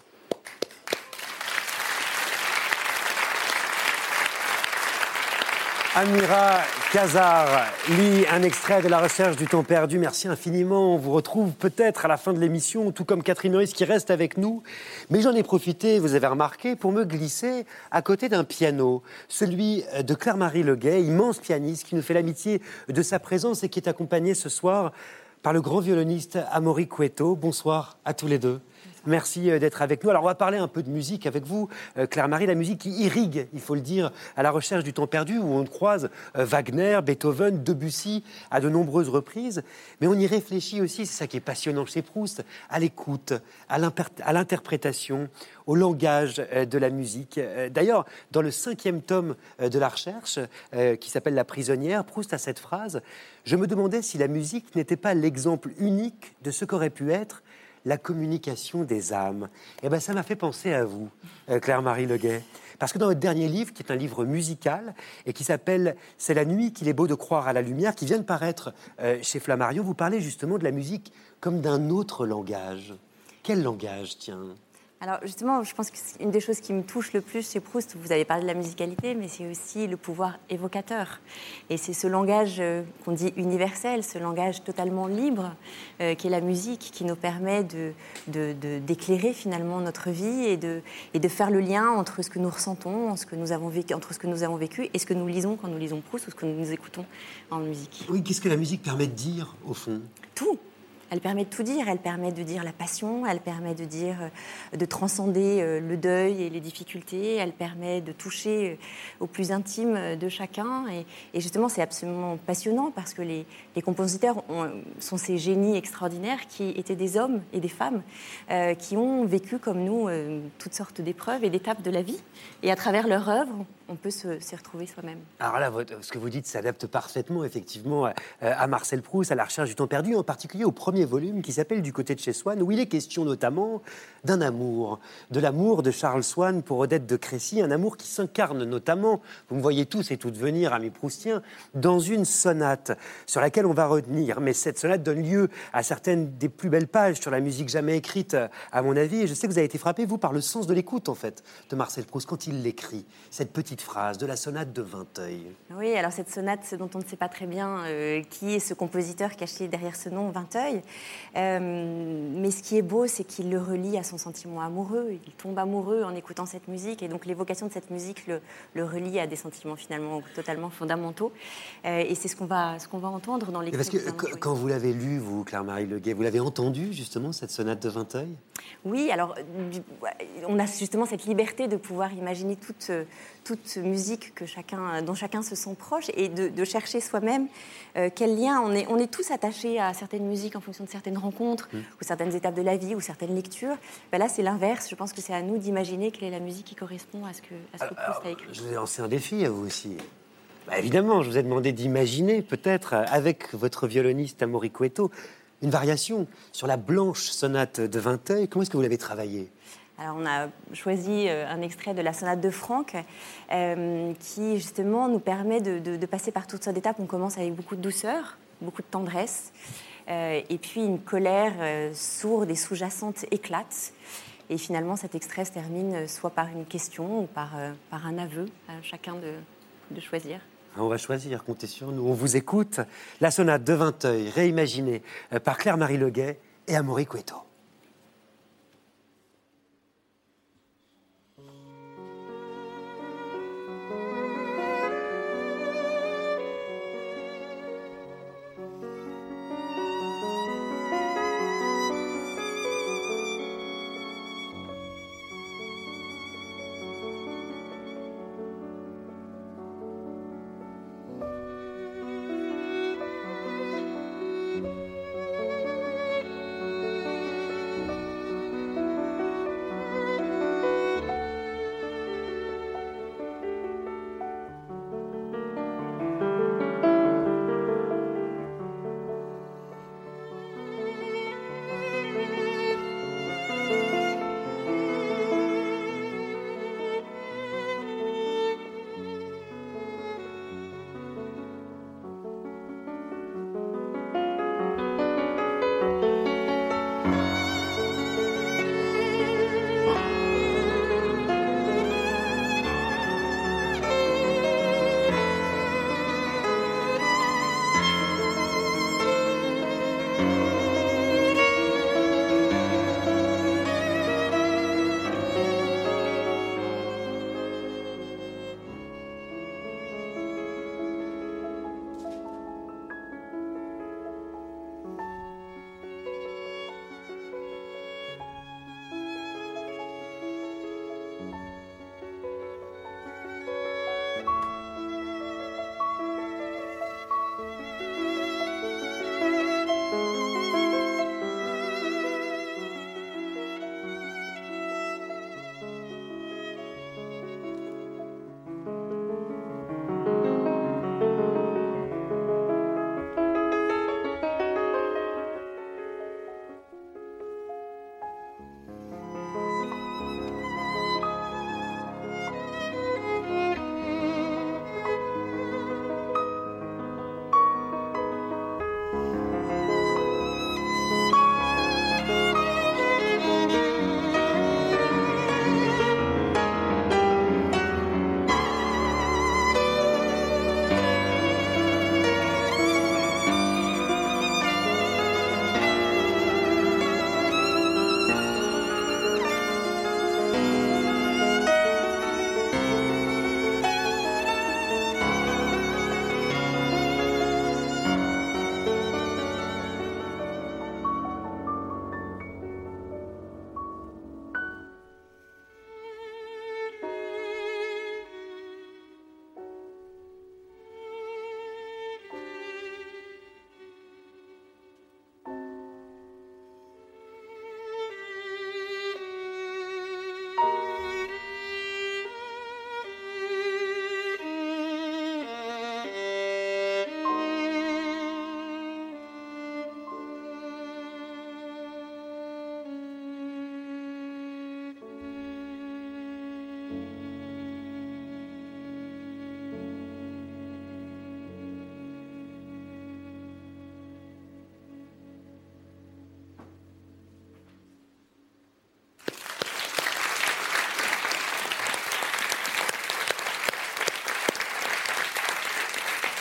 Amira Kazar lit un extrait de La recherche du temps perdu. Merci infiniment. On vous retrouve peut-être à la fin de l'émission, tout comme Catherine Meurice qui reste avec nous. Mais j'en ai profité, vous avez remarqué, pour me glisser à côté d'un piano, celui de Claire-Marie Leguet, immense pianiste qui nous fait l'amitié de sa présence et qui est accompagnée ce soir par le grand violoniste Amaury Cueto. Bonsoir à tous les deux. Merci d'être avec nous. Alors, on va parler un peu de musique avec vous, Claire-Marie, la musique qui irrigue, il faut le dire, à la recherche du temps perdu, où on croise Wagner, Beethoven, Debussy à de nombreuses reprises. Mais on y réfléchit aussi, c'est ça qui est passionnant chez Proust, à l'écoute, à l'interprétation, au langage de la musique. D'ailleurs, dans le 5e tome de la recherche, qui s'appelle La prisonnière, Proust a cette phrase « Je me demandais si la musique n'était pas l'exemple unique de ce qu'aurait pu être la communication des âmes. » Eh bien, ça m'a fait penser à vous, Claire-Marie Leguet. Parce que dans votre dernier livre, qui est un livre musical, et qui s'appelle « C'est la nuit qu'il est beau de croire à la lumière », qui vient de paraître chez Flammarion, vous parlez justement de la musique comme d'un autre langage. Quel langage, tiens ? Alors justement, je pense qu'une des choses qui me touche le plus chez Proust, vous avez parlé de la musicalité, mais c'est aussi le pouvoir évocateur. Et c'est ce langage qu'on dit universel, ce langage totalement libre, qui est la musique, qui nous permet d'éclairer finalement notre vie et de faire le lien entre ce que nous ressentons, entre ce que nous avons vécu et ce que nous lisons quand nous lisons Proust ou ce que nous écoutons en musique. Oui, qu'est-ce que la musique permet de dire, au fond ? Tout. Elle permet de tout dire, elle permet de dire la passion, elle permet de dire, de transcender le deuil et les difficultés, elle permet de toucher au plus intime de chacun. Et justement, c'est absolument passionnant parce que les compositeurs sont ces génies extraordinaires qui étaient des hommes et des femmes qui ont vécu comme nous toutes sortes d'épreuves et d'étapes de la vie. Et à travers leur œuvre, on peut s'y retrouver soi-même. Alors là, ce que vous dites s'adapte parfaitement, effectivement, à Marcel Proust, à la recherche du temps perdu, en particulier au premier volume qui s'appelle Du côté de chez Swann, où il est question notamment d'un amour, de l'amour de Charles Swann pour Odette de Crécy, un amour qui s'incarne notamment, vous me voyez tous et toutes venir, amis proustiens, dans une sonate sur laquelle on va retenir. Mais cette sonate donne lieu à certaines des plus belles pages sur la musique jamais écrite, à mon avis. Et je sais que vous avez été frappé, vous, par le sens de l'écoute, en fait, de Marcel Proust, quand il l'écrit, cette petite phrase de la sonate de Vinteuil. Oui, alors cette sonate dont on ne sait pas très bien qui est ce compositeur caché derrière ce nom, Vinteuil. Mais ce qui est beau, c'est qu'il le relie à son sentiment amoureux. Il tombe amoureux en écoutant cette musique. Et donc l'évocation de cette musique le relie à des sentiments finalement totalement fondamentaux. Et c'est ce qu'on va entendre dans l'écoute. Parce que quand vous l'avez lu, vous, Claire-Marie Leguet, vous l'avez entendu justement, cette sonate de Vinteuil ? Oui, alors on a justement cette liberté de pouvoir imaginer toute musique dont chacun se sent proche et de chercher soi-même quel lien. On est tous attachés à certaines musiques en fonction de certaines rencontres ou certaines étapes de la vie ou certaines lectures. Ben là, c'est l'inverse. Je pense que c'est à nous d'imaginer quelle est la musique qui correspond à ce que Proust a écrit. Je vous ai lancé un défi à vous aussi. Bah, évidemment, je vous ai demandé d'imaginer, peut-être, avec votre violoniste Amaury Cueto, une variation sur la blanche sonate de Vinteuil. Comment est-ce que vous l'avez travaillée ? Alors, on a choisi un extrait de la sonate de Franck qui, justement, nous permet de passer par toutes sortes d'étapes. On commence avec beaucoup de douceur, beaucoup de tendresse, et puis une colère sourde et sous-jacente éclate. Et finalement, cet extrait se termine soit par une question ou par un aveu, à chacun de choisir. On va choisir, comptez sur nous. On vous écoute. La sonate de Vinteuil, réimaginée par Claire-Marie Leguet et Amaury Cueto.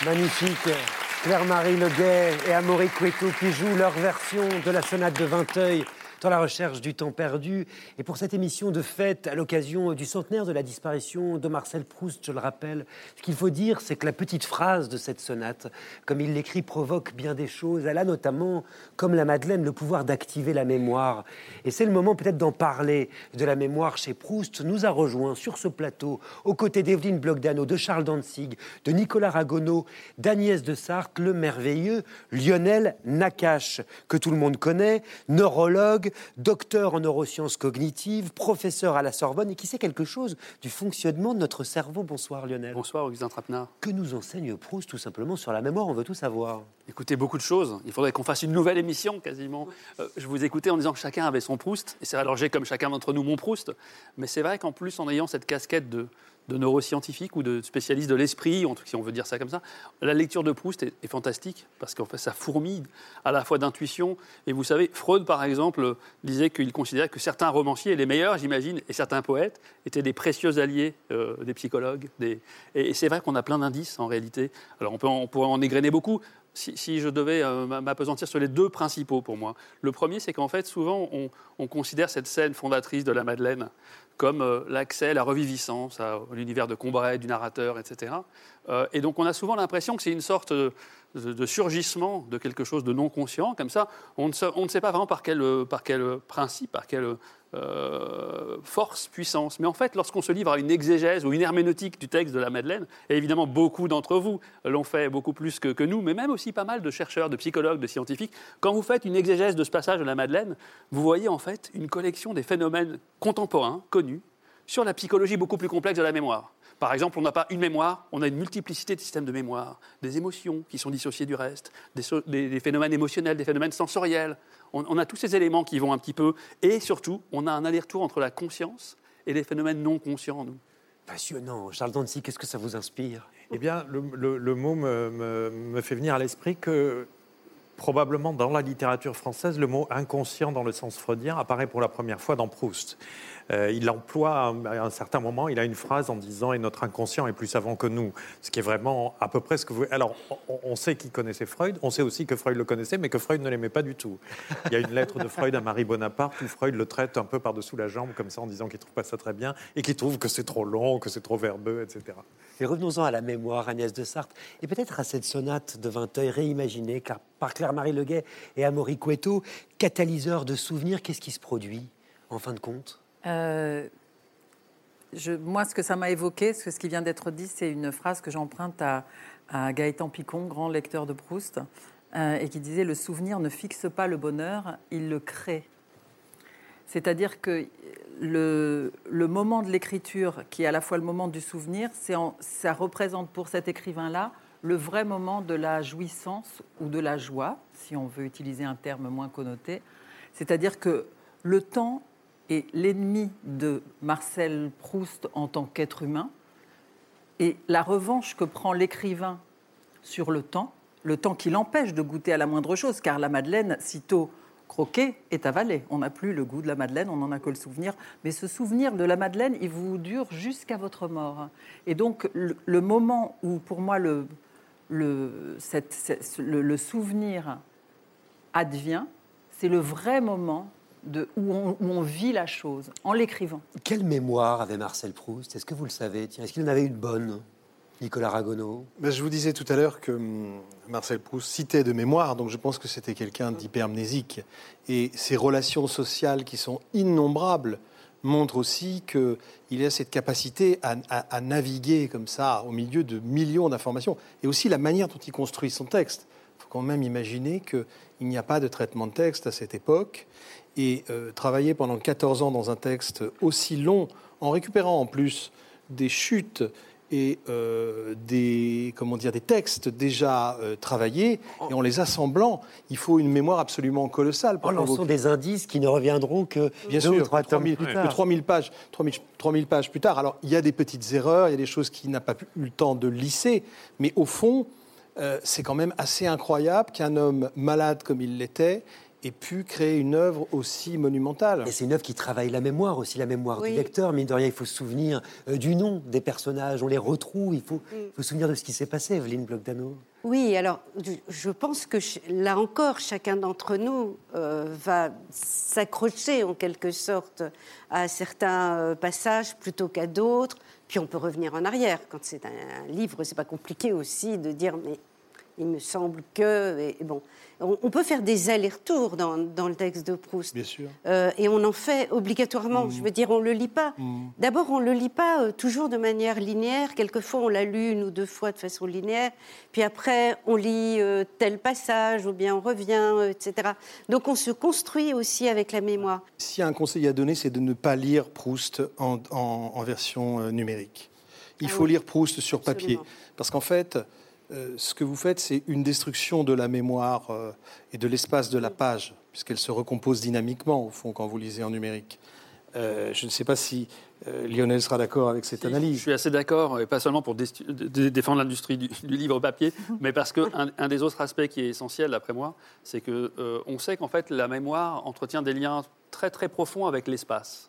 Magnifique. Claire-Marie Leguet et Amaury Coetto qui jouent leur version de la sonate de Vinteuil dans la recherche du temps perdu. Et pour cette émission de fête, à l'occasion du centenaire de la disparition de Marcel Proust, je le rappelle, ce qu'il faut dire, c'est que la petite phrase de cette sonate, comme il l'écrit, provoque bien des choses. Elle a notamment, comme la Madeleine, le pouvoir d'activer la mémoire. Et c'est le moment peut-être d'en parler, de la mémoire chez Proust. Nous a rejoint sur ce plateau, aux côtés d'Evelyne Bloch-Dano, de Charles Dantzig, de Nicolas Ragonneau, d'Agnès de Sarthe, le merveilleux Lionel Nakache, que tout le monde connaît, neurologue, docteur en neurosciences cognitives, professeur à la Sorbonne et qui sait quelque chose du fonctionnement de notre cerveau. Bonsoir Lionel. Bonsoir Augustin Trapenard. Que nous enseigne Proust tout simplement sur la mémoire? On veut tout savoir. Écoutez, beaucoup de choses. Il faudrait qu'on fasse une nouvelle émission quasiment. Je vous écoutais en disant que chacun avait son Proust. Et c'est alors j'ai comme chacun d'entre nous mon Proust. Mais c'est vrai qu'en plus, en ayant cette casquette de neuroscientifique ou de spécialiste de l'esprit, si on veut dire ça comme ça, la lecture de Proust est fantastique parce qu'en fait, ça fourmille à la fois d'intuition. Et vous savez, Freud, par exemple, disait qu'il considérait que certains romanciers, les meilleurs, j'imagine, et certains poètes, étaient des précieux alliés des psychologues. Et c'est vrai qu'on a plein d'indices, en réalité. Alors, on pourrait en égrener beaucoup. Si je devais m'appesantir sur les deux principaux pour moi. Le premier, c'est qu'en fait, souvent, on considère cette scène fondatrice de la Madeleine comme l'accès, la reviviscence à l'univers de Combray, du narrateur, etc. Et donc, on a souvent l'impression que c'est une sorte de surgissement de quelque chose de non conscient. Comme ça, on ne sait pas vraiment par quel principe, par quelle force, puissance. Mais en fait, lorsqu'on se livre à une exégèse ou une herméneutique du texte de la Madeleine, et évidemment beaucoup d'entre vous l'ont fait beaucoup plus que nous, mais même aussi pas mal de chercheurs, de psychologues, de scientifiques, quand vous faites une exégèse de ce passage de la Madeleine, vous voyez en fait une collection des phénomènes contemporains, connus, sur la psychologie beaucoup plus complexe de la mémoire. Par exemple, on n'a pas une mémoire, on a une multiplicité de systèmes de mémoire, des émotions qui sont dissociées du reste, des phénomènes émotionnels, des phénomènes sensoriels. On a tous ces éléments qui vont un petit peu... Et surtout, on a un aller-retour entre la conscience et les phénomènes non conscients en nous. Passionnant. Charles Dantzig, qu'est-ce que ça vous inspire? Eh bien, le mot me fait venir à l'esprit que... Probablement dans la littérature française, le mot inconscient dans le sens freudien apparaît pour la première fois dans Proust. Il emploie à un certain moment, il a une phrase en disant « Et notre inconscient est plus savant que nous », ce qui est vraiment à peu près ce que vous... Alors, on sait qu'il connaissait Freud, on sait aussi que Freud le connaissait, mais que Freud ne l'aimait pas du tout. Il y a une lettre de Freud à Marie Bonaparte où Freud le traite un peu par-dessous la jambe, comme ça, en disant qu'il ne trouve pas ça très bien, et qu'il trouve que c'est trop long, que c'est trop verbeux, etc. Et revenons-en à la mémoire, Agnès de Sarthe, et peut-être à cette sonate de Vinteuil réimaginée par Claire-Marie Leguet et Amaury Coetto, catalyseur de souvenirs. Qu'est-ce qui se produit, en fin de compte? Moi, ce que ça m'a évoqué, ce qui vient d'être dit, c'est une phrase que j'emprunte à Gaëtan Picon, grand lecteur de Proust, et qui disait « Le souvenir ne fixe pas le bonheur, il le crée ». C'est-à-dire que le moment de l'écriture, qui est à la fois le moment du souvenir, ça représente pour cet écrivain-là le vrai moment de la jouissance ou de la joie, si on veut utiliser un terme moins connoté. C'est-à-dire que le temps est l'ennemi de Marcel Proust en tant qu'être humain, et la revanche que prend l'écrivain sur le temps qui l'empêche de goûter à la moindre chose, car la Madeleine, sitôt croquée, est avalée. On n'a plus le goût de la Madeleine, on n'en a que le souvenir. Mais ce souvenir de la Madeleine, il vous dure jusqu'à votre mort. Et donc, le moment où, pour moi, le souvenir advient, c'est le vrai moment où on vit la chose, en l'écrivant. Quelle mémoire avait Marcel Proust? Est-ce que vous le savez? Tiens, est-ce qu'il en avait une bonne, Nicolas Ragonneau? Je vous disais tout à l'heure que Marcel Proust citait de mémoire, donc je pense que c'était quelqu'un d'hypermnésique. Et ses relations sociales qui sont innombrables montrent aussi qu'il a cette capacité à naviguer comme ça au milieu de millions d'informations. Et aussi la manière dont il construit son texte. Il faut quand même imaginer qu'il n'y a pas de traitement de texte à cette époque. Et travailler pendant 14 ans dans un texte aussi long, en récupérant en plus des chutes et des textes déjà travaillés, et en les assemblant, il faut une mémoire absolument colossale. En lançant des indices qui ne reviendront que bien 2 ou 3 tomes plus tard. 3000 pages plus tard. Alors, il y a des petites erreurs, il y a des choses qu'il n'a pas eu le temps de lisser, mais au fond, c'est quand même assez incroyable qu'un homme malade comme il l'était ait pu créer une œuvre aussi monumentale. Et c'est une œuvre qui travaille la mémoire aussi, la mémoire du lecteur. Mine de rien, il faut se souvenir du nom des personnages, on les retrouve, il faut se souvenir de ce qui s'est passé, Evelyne Bloch-Dano. Oui, alors je pense que là encore, chacun d'entre nous va s'accrocher en quelque sorte à certains passages plutôt qu'à d'autres. Puis on peut revenir en arrière. Quand c'est un livre, c'est pas compliqué aussi de dire mais il me semble que... Et bon, on peut faire des allers-retours dans le texte de Proust. Bien sûr. Et on en fait obligatoirement. Je veux dire, on ne le lit pas. D'abord, on ne le lit pas toujours de manière linéaire. Quelquefois, on l'a lu 1 ou 2 fois de façon linéaire. Puis après, on lit tel passage, ou bien on revient, etc. Donc, on se construit aussi avec la mémoire. S'il y a un conseil à donner, c'est de ne pas lire Proust en version numérique. Il faut lire Proust sur papier. Parce qu'en fait... ce que vous faites, c'est une destruction de la mémoire et de l'espace de la page, puisqu'elle se recompose dynamiquement, au fond, quand vous lisez en numérique. Je ne sais pas si Lionel sera d'accord avec cette analyse. Je suis assez d'accord, et pas seulement pour défendre l'industrie du livre papier, mais parce qu'un des autres aspects qui est essentiel, d'après moi, c'est qu'on sait qu'en fait, la mémoire entretient des liens très, très profonds avec l'espace,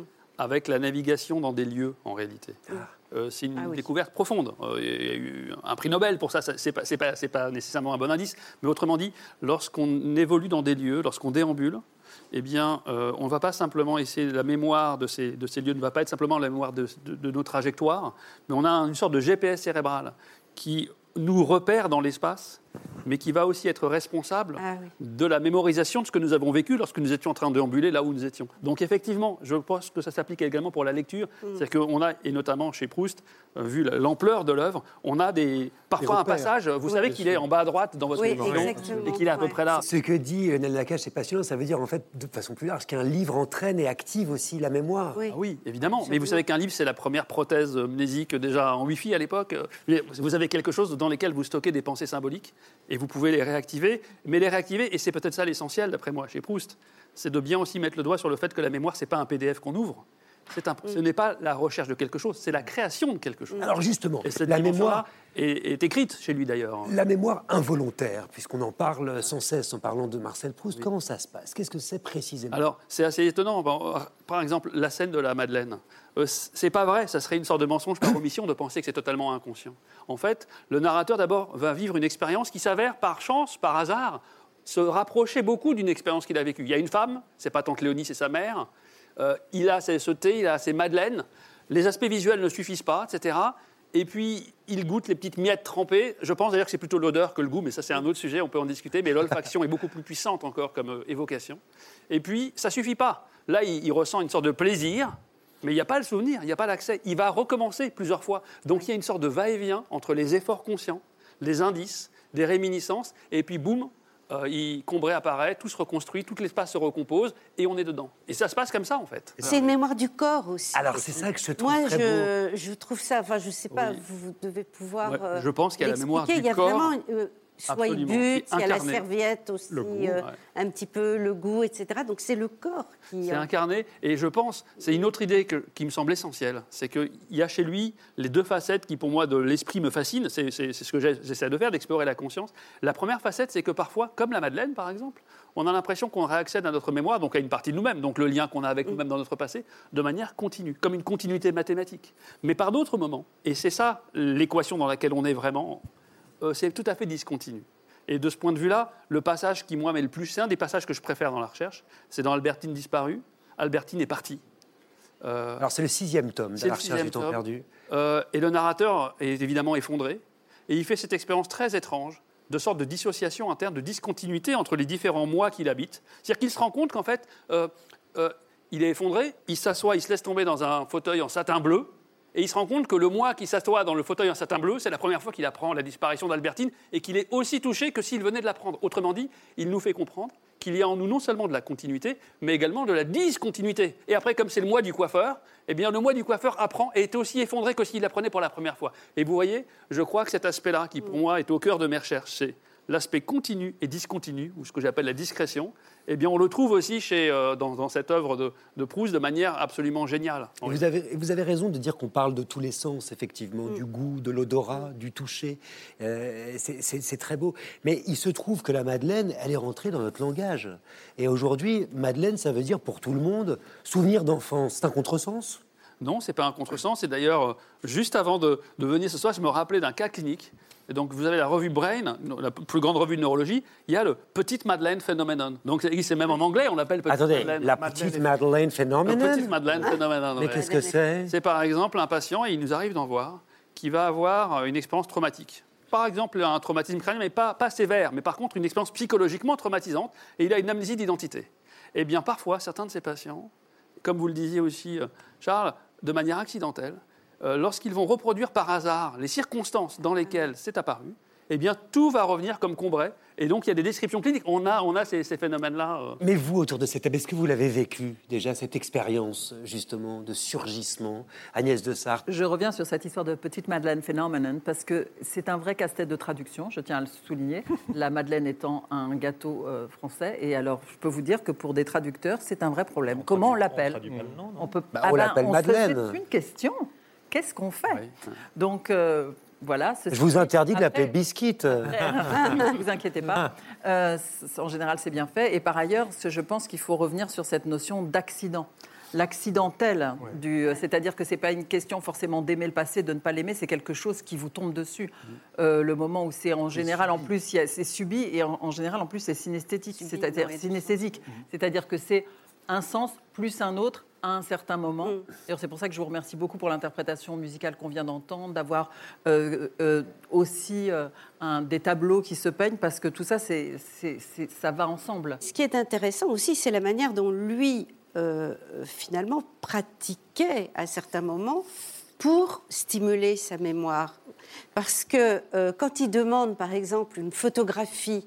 avec la navigation dans des lieux, en réalité. C'est une découverte profonde. Il y a eu un prix Nobel pour ça, c'est pas nécessairement un bon indice, mais autrement dit, lorsqu'on évolue dans des lieux, lorsqu'on déambule, eh bien, on ne va pas simplement essayer, la mémoire de ces lieux ne va pas être simplement la mémoire de nos trajectoires, mais on a une sorte de GPS cérébral qui nous repère dans l'espace, mais qui va aussi être responsable de la mémorisation de ce que nous avons vécu lorsque nous étions en train de déambuler là où nous étions. Donc effectivement, je pense que ça s'applique également pour la lecture. C'est-à-dire qu'on a, et notamment chez Proust, vu l'ampleur de l'œuvre, on a parfois un passage, vous savez qu'il est en bas à droite dans votre édition, et qu'il est à peu près là. Ce que dit Lionel Nakache, c'est passionnant. Ça veut dire, en fait, de façon plus large, qu'un livre entraîne et active aussi la mémoire. Oui, évidemment. Mais vous savez qu'un livre, c'est la première prothèse mnésique déjà en Wi-Fi à l'époque. Vous avez quelque chose dans lequel vous stockez des pensées symboliques et vous pouvez les réactiver. Mais les réactiver, et c'est peut-être ça l'essentiel, d'après moi, chez Proust, c'est de bien aussi mettre le doigt sur le fait que la mémoire, ce n'est pas un PDF qu'on ouvre. Ce n'est pas la recherche de quelque chose, c'est la création de quelque chose. Alors justement, et cette la mémoire est écrite chez lui d'ailleurs. La mémoire involontaire, puisqu'on en parle sans cesse en parlant de Marcel Proust, comment ça se passe? Qu'est-ce que c'est précisément? Alors, c'est assez étonnant. Par exemple, la scène de la Madeleine. C'est pas vrai, ça serait une sorte de mensonge par omission de penser que c'est totalement inconscient. En fait, le narrateur d'abord va vivre une expérience qui s'avère par chance, par hasard, se rapprocher beaucoup d'une expérience qu'il a vécue. Il y a une femme, c'est pas tante Léonie, c'est sa mère. Il a ce thé, il a ses madeleines. Les aspects visuels ne suffisent pas, etc. Et puis, il goûte les petites miettes trempées. Je pense d'ailleurs que c'est plutôt l'odeur que le goût, mais ça, c'est un autre sujet, on peut en discuter. Mais l'olfaction est beaucoup plus puissante encore comme évocation. Et puis, ça ne suffit pas. Là, il ressent une sorte de plaisir, mais il n'y a pas le souvenir, il n'y a pas l'accès. Il va recommencer plusieurs fois. Donc, il y a une sorte de va-et-vient entre les efforts conscients, les indices, des réminiscences, et puis, boum, Combré apparaît, tout se reconstruit, tout l'espace se recompose et on est dedans. Et ça se passe comme ça en fait. C'est une mémoire du corps aussi. Alors c'est ça que je trouve très beau. Je trouve ça, enfin je sais pas, vous devez pouvoir je pense qu'il y a la mémoire du corps. Il y a vraiment soit il bute, il y a la incarné. serviette aussi, un petit peu le goût, etc. Donc c'est le corps qui... C'est incarné et je pense, c'est une autre idée qui me semble essentielle, c'est qu'il y a chez lui les deux facettes qui pour moi de l'esprit me fascinent, c'est ce que j'essaie de faire, d'explorer la conscience. La première facette, c'est que parfois, comme la Madeleine par exemple, on a l'impression qu'on réaccède à notre mémoire, donc à une partie de nous-mêmes, donc le lien qu'on a avec nous-mêmes dans notre passé, de manière continue, comme une continuité mathématique. Mais par d'autres moments, et c'est ça l'équation dans laquelle on est vraiment, c'est tout à fait discontinu. Et de ce point de vue-là, le passage qui, moi, m'est le plus... C'est un des passages que je préfère dans la recherche, c'est dans Albertine disparue. Albertine est partie. Alors c'est le 6e tome de la recherche du temps perdu. Et le narrateur est évidemment effondré. Et il fait cette expérience très étrange de sorte de dissociation interne, de discontinuité entre les différents mois qu'il habite. C'est-à-dire qu'il se rend compte qu'en fait, il est effondré, il s'assoit, il se laisse tomber dans un fauteuil en satin bleu, et il se rend compte que le mois qui s'assoit dans le fauteuil en satin bleu, c'est la première fois qu'il apprend la disparition d'Albertine et qu'il est aussi touché que s'il venait de l'apprendre. Autrement dit, il nous fait comprendre qu'il y a en nous non seulement de la continuité, mais également de la discontinuité. Et après, comme c'est le mois du coiffeur, eh bien le mois du coiffeur apprend et est aussi effondré que s'il l'apprenait pour la première fois. Et vous voyez, je crois que cet aspect-là, qui pour moi est au cœur de mes recherches, c'est l'aspect continu et discontinu, ou ce que j'appelle la discrétion, eh bien, on le trouve aussi dans cette œuvre de Proust de manière absolument géniale. Vous avez raison de dire qu'on parle de tous les sens, effectivement, du goût, de l'odorat, du toucher. C'est très beau. Mais il se trouve que la Madeleine, elle est rentrée dans notre langage. Et aujourd'hui, Madeleine, ça veut dire pour tout le monde souvenir d'enfance. C'est un contresens ? Non, ce n'est pas un contresens. Et d'ailleurs, juste avant de venir ce soir, je me rappelais d'un cas clinique. Et donc, vous avez la revue Brain, la plus grande revue de neurologie. Il y a le Petite Madeleine Phenomenon. Donc, c'est même en anglais, on l'appelle Petite Madeleine. Attendez, la Petite Madeleine Phenomenon. La Petite Madeleine Phenomenon. Mais qu'est-ce que c'est ? C'est par exemple un patient, et il nous arrive d'en voir, qui va avoir une expérience traumatique. Par exemple, un traumatisme crânien, mais pas sévère, mais par contre une expérience psychologiquement traumatisante, et il a une amnésie d'identité. Eh bien, parfois, certains de ces patients, comme vous le disiez aussi, Charles, de manière accidentelle, lorsqu'ils vont reproduire par hasard les circonstances dans lesquelles c'est apparu, eh bien, tout va revenir comme Combray. Et donc, il y a des descriptions cliniques. On a ces phénomènes-là. Mais vous, autour de cette table, est-ce que vous l'avez vécu, déjà, cette expérience, justement, de surgissement, Agnès de Sarthe ? Je reviens sur cette histoire de Petite Madeleine Phenomenon, parce que c'est un vrai casse-tête de traduction, je tiens à le souligner, la Madeleine étant un gâteau français. Et alors, je peux vous dire que pour des traducteurs, c'est un vrai problème. Comment on l'appelle ? On l'appelle Madeleine. C'est une question. Qu'est-ce qu'on fait ? Oui. Donc... voilà, je vous interdis de l'appeler biscuit. Ne vous inquiétez pas. En général, c'est bien fait. Et par ailleurs, je pense qu'il faut revenir sur cette notion d'accident. L'accidentel, c'est-à-dire que ce n'est pas une question forcément d'aimer le passé, de ne pas l'aimer, c'est quelque chose qui vous tombe dessus. Le moment où c'est en général, en plus, c'est subi, et en général, en plus, c'est synesthésique. C'est-à-dire que c'est un sens plus un autre à un certain moment. D'ailleurs, c'est pour ça que je vous remercie beaucoup pour l'interprétation musicale qu'on vient d'entendre, d'avoir aussi des tableaux qui se peignent, parce que tout ça, ça va ensemble. Ce qui est intéressant aussi, c'est la manière dont lui, finalement, pratiquait à certains moments pour stimuler sa mémoire. Parce que quand il demande, par exemple, une photographie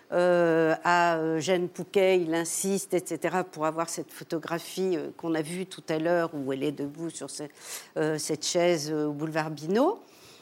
à Jeanne Pouquet, il insiste, etc., pour avoir cette photographie qu'on a vue tout à l'heure, où elle est debout sur cette chaise au boulevard Bineau.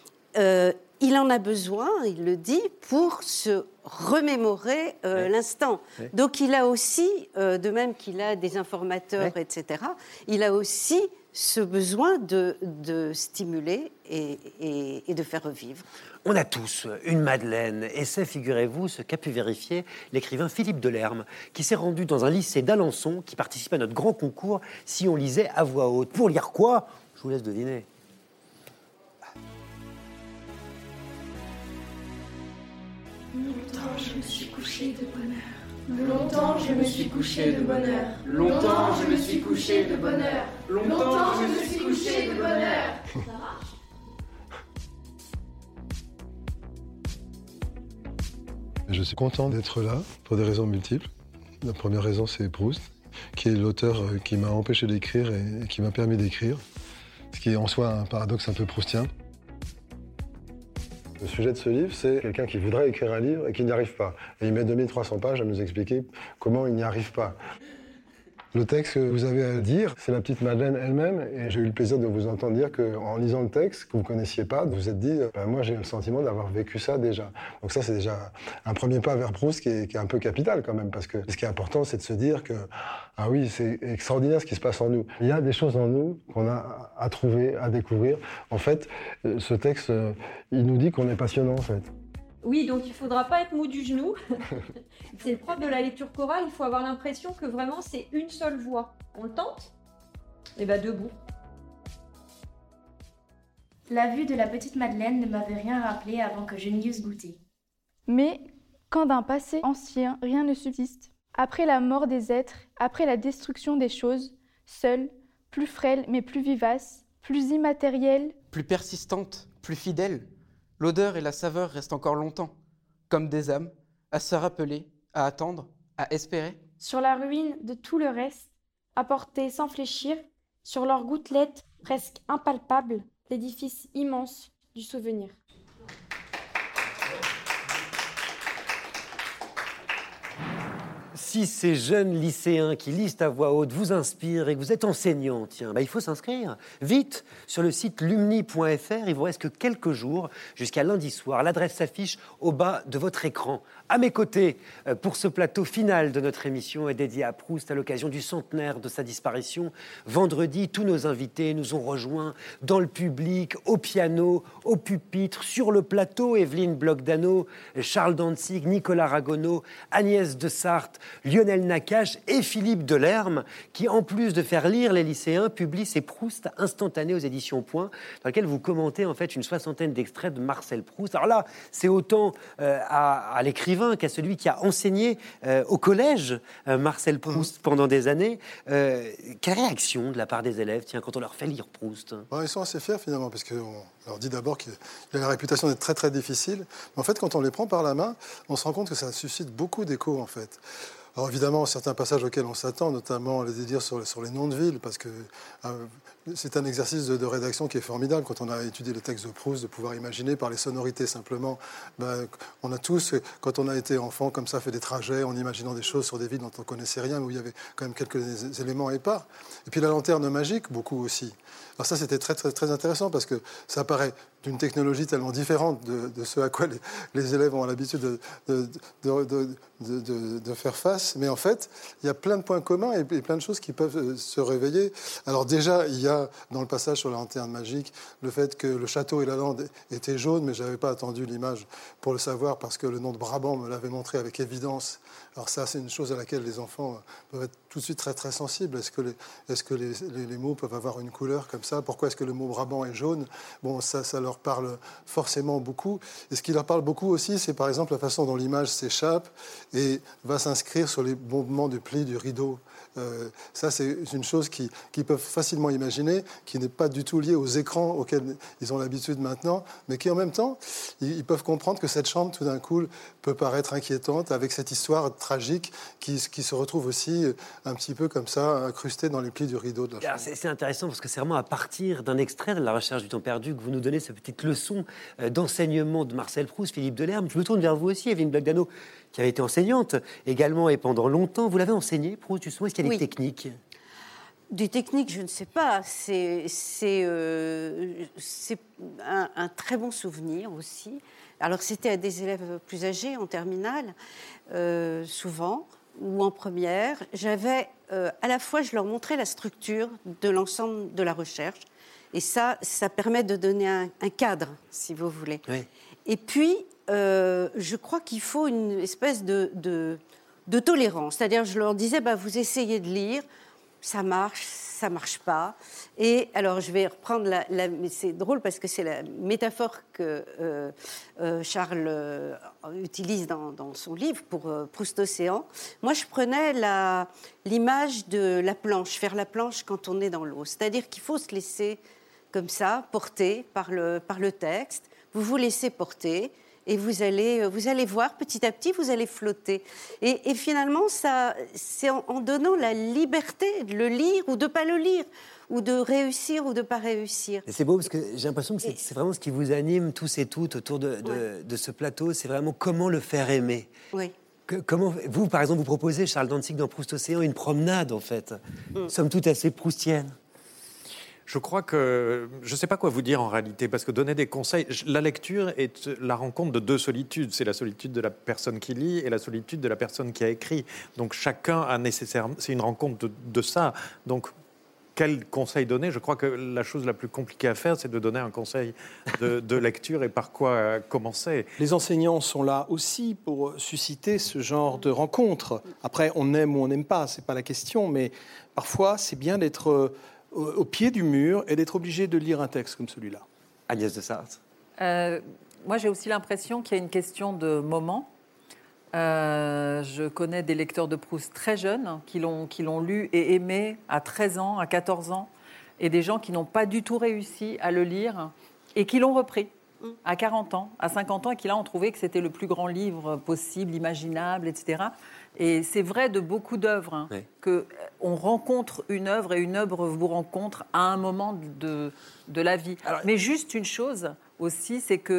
Il en a besoin, il le dit, pour se remémorer l'instant. Oui. Donc il a aussi, de même qu'il a des informateurs, etc., il a aussi ce besoin de stimuler et de faire revivre. On a tous une Madeleine, et c'est, figurez-vous, ce qu'a pu vérifier l'écrivain Philippe Delerme, qui s'est rendu dans un lycée d'Alençon, qui participait à notre grand concours Si on lisait à voix haute. Pour lire quoi ? Je vous laisse deviner. Longtemps je me suis couché de bonheur. Longtemps je me suis couché de bonheur. Longtemps je me suis couché de bonheur. Longtemps je me suis couché de bonheur. Je suis content d'être là pour des raisons multiples. La première raison, c'est Proust, qui est l'auteur qui m'a empêché d'écrire et qui m'a permis d'écrire, ce qui est en soi un paradoxe un peu proustien. Le sujet de ce livre, c'est quelqu'un qui voudrait écrire un livre et qui n'y arrive pas. Et il met 2300 pages à nous expliquer comment il n'y arrive pas. Le texte que vous avez à dire, c'est la petite Madeleine elle-même, et j'ai eu le plaisir de vous entendre dire qu'en lisant le texte, que vous ne connaissiez pas, vous vous êtes dit moi j'ai le sentiment d'avoir vécu ça déjà. Donc ça, c'est déjà un premier pas vers Proust qui est un peu capital quand même, parce que ce qui est important, c'est de se dire que ah oui, c'est extraordinaire ce qui se passe en nous. Il y a des choses en nous qu'on a à trouver, à découvrir. En fait, ce texte, il nous dit qu'on est passionnant en fait. Oui, donc il ne faudra pas être mou du genou. C'est le propre de la lecture chorale, il faut avoir l'impression que vraiment c'est une seule voix. On le tente ? Et bien debout. La vue de la petite Madeleine ne m'avait rien rappelé avant que je n'y eusse goûté. Mais quand d'un passé ancien rien ne subsiste, après la mort des êtres, après la destruction des choses, seule, plus frêle mais plus vivace, plus immatérielle, plus persistante, plus fidèle, l'odeur et la saveur restent encore longtemps, comme des âmes, à se rappeler, à attendre, à espérer. Sur la ruine de tout le reste, à porter sans fléchir, sur leurs gouttelettes presque impalpables, l'édifice immense du souvenir. Si ces jeunes lycéens qui lisent à voix haute vous inspirent et que vous êtes enseignant, tiens, il faut s'inscrire. Vite, sur le site lumni.fr, il vous reste que quelques jours jusqu'à lundi soir. L'adresse s'affiche au bas de votre écran. À mes côtés, pour ce plateau final de notre émission est dédié à Proust à l'occasion du centenaire de sa disparition. Vendredi, tous nos invités nous ont rejoints dans le public, au piano, au pupitre, sur le plateau. Evelyne Bloch-Dano, Charles Dantzig, Nicolas Ragonneau, Agnès de Sarthe, Lionel Nakache et Philippe Delerme, qui, en plus de faire lire les lycéens, publie ses Proust instantanés aux éditions Point, dans lesquels vous commentez en fait une 60aine d'extraits de Marcel Proust. Alors là, c'est autant à l'écrivain qu'à celui qui a enseigné au collège Marcel Proust pendant des années. Quelle réaction de la part des élèves, tiens, quand on leur fait lire Proust? Ils sont assez fiers finalement, parce qu'on leur dit d'abord qu'il a la réputation d'être très très difficile. Mais en fait, quand on les prend par la main, on se rend compte que ça suscite beaucoup d'écho en fait. Alors évidemment, certains passages auxquels on s'attend, notamment les délires sur les noms de villes, parce que c'est un exercice de rédaction qui est formidable quand on a étudié les textes de Proust, de pouvoir imaginer par les sonorités simplement. On a tous, quand on a été enfant, comme ça, fait des trajets en imaginant des choses sur des villes dont on ne connaissait rien, mais où il y avait quand même quelques éléments épars. Et puis la lanterne magique, beaucoup aussi. Alors ça, c'était très, très, très intéressant parce que ça paraît d'une technologie tellement différente de ce à quoi les élèves ont l'habitude de faire face. Mais en fait, il y a plein de points communs et plein de choses qui peuvent se réveiller. Alors déjà, il y a dans le passage sur la lanterne magique le fait que le château et la lande étaient jaunes, mais je n'avais pas attendu l'image pour le savoir parce que le nom de Brabant me l'avait montré avec évidence. Alors ça, c'est une chose à laquelle les enfants peuvent être tout de suite très, très sensibles. Est-ce que les mots peuvent avoir une couleur comme ça? Pourquoi est-ce que le mot Brabant est jaune? Bon, ça leur parle forcément beaucoup. Et ce qui leur parle beaucoup aussi, c'est par exemple la façon dont l'image s'échappe et va s'inscrire sur les mouvements de pli du rideau. Ça, c'est une chose qu'ils peuvent facilement imaginer, qui n'est pas du tout liée aux écrans auxquels ils ont l'habitude maintenant, mais qui en même temps, ils peuvent comprendre que cette chambre, tout d'un coup, peut paraître inquiétante avec cette histoire tragique qui se retrouve aussi un petit peu comme ça, incrustée dans les plis du rideau de la chambre. C'est intéressant parce que c'est vraiment à partir d'un extrait de La Recherche du temps perdu que vous nous donnez cette petite leçon d'enseignement de Marcel Proust, Philippe Delerme. Je me tourne vers vous aussi, Evelyne Bloch-Dano, qui avait été enseignante également et pendant longtemps. Vous l'avez enseigné, Proust, justement. Est-ce qu'il y a des techniques? Des techniques, je ne sais pas. C'est un très bon souvenir aussi. Alors, c'était à des élèves plus âgés, en terminale, souvent, ou en première. J'avais, à la fois, je leur montrais la structure de l'ensemble de la recherche. Et ça permet de donner un cadre, si vous voulez. Oui. Et puis, je crois qu'il faut une espèce de tolérance. C'est-à-dire, je leur disais, vous essayez de lire, ça marche pas. Et alors, je vais reprendre mais c'est drôle parce que c'est la métaphore que Charles utilise dans son livre pour Proust Océan. Moi, je prenais l'image de la planche, faire la planche quand on est dans l'eau. C'est-à-dire qu'il faut se laisser comme ça, porter par le texte. Vous vous laissez porter. Et vous allez voir, petit à petit, vous allez flotter. Et finalement, c'est en donnant la liberté de le lire ou de ne pas le lire, ou de réussir ou de ne pas réussir. Et c'est beau parce que j'ai l'impression que c'est vraiment ce qui vous anime tous et toutes autour de ce plateau, c'est vraiment comment le faire aimer. Oui. Comment vous, par exemple, vous proposez, Charles Dantzig, dans Proust Océan, une promenade, en fait, somme toute assez proustienne. Je crois que je ne sais pas quoi vous dire en réalité, parce que donner des conseils, la lecture est la rencontre de deux solitudes. C'est la solitude de la personne qui lit et la solitude de la personne qui a écrit. Donc chacun a nécessairement, c'est une rencontre de ça. Donc quel conseil donner? Je crois que la chose la plus compliquée à faire, c'est de donner un conseil de lecture et par quoi commencer. Les enseignants sont là aussi pour susciter ce genre de rencontres. Après, on aime ou on n'aime pas, c'est pas la question, mais parfois c'est bien d'être au pied du mur et d'être obligé de lire un texte comme celui-là. Agnès de Sarthe. Moi, j'ai aussi l'impression qu'il y a une question de moment. Je connais des lecteurs de Proust très jeunes qui l'ont lu et aimé à 13 ans, à 14 ans, et des gens qui n'ont pas du tout réussi à le lire et qui l'ont repris à 40 ans, à 50 ans, et qui là ont trouvé que c'était le plus grand livre possible, imaginable, etc. Et c'est vrai de beaucoup d'œuvres, qu'on rencontre une œuvre et une œuvre vous rencontre à un moment de la vie. Alors, mais juste une chose aussi, c'est que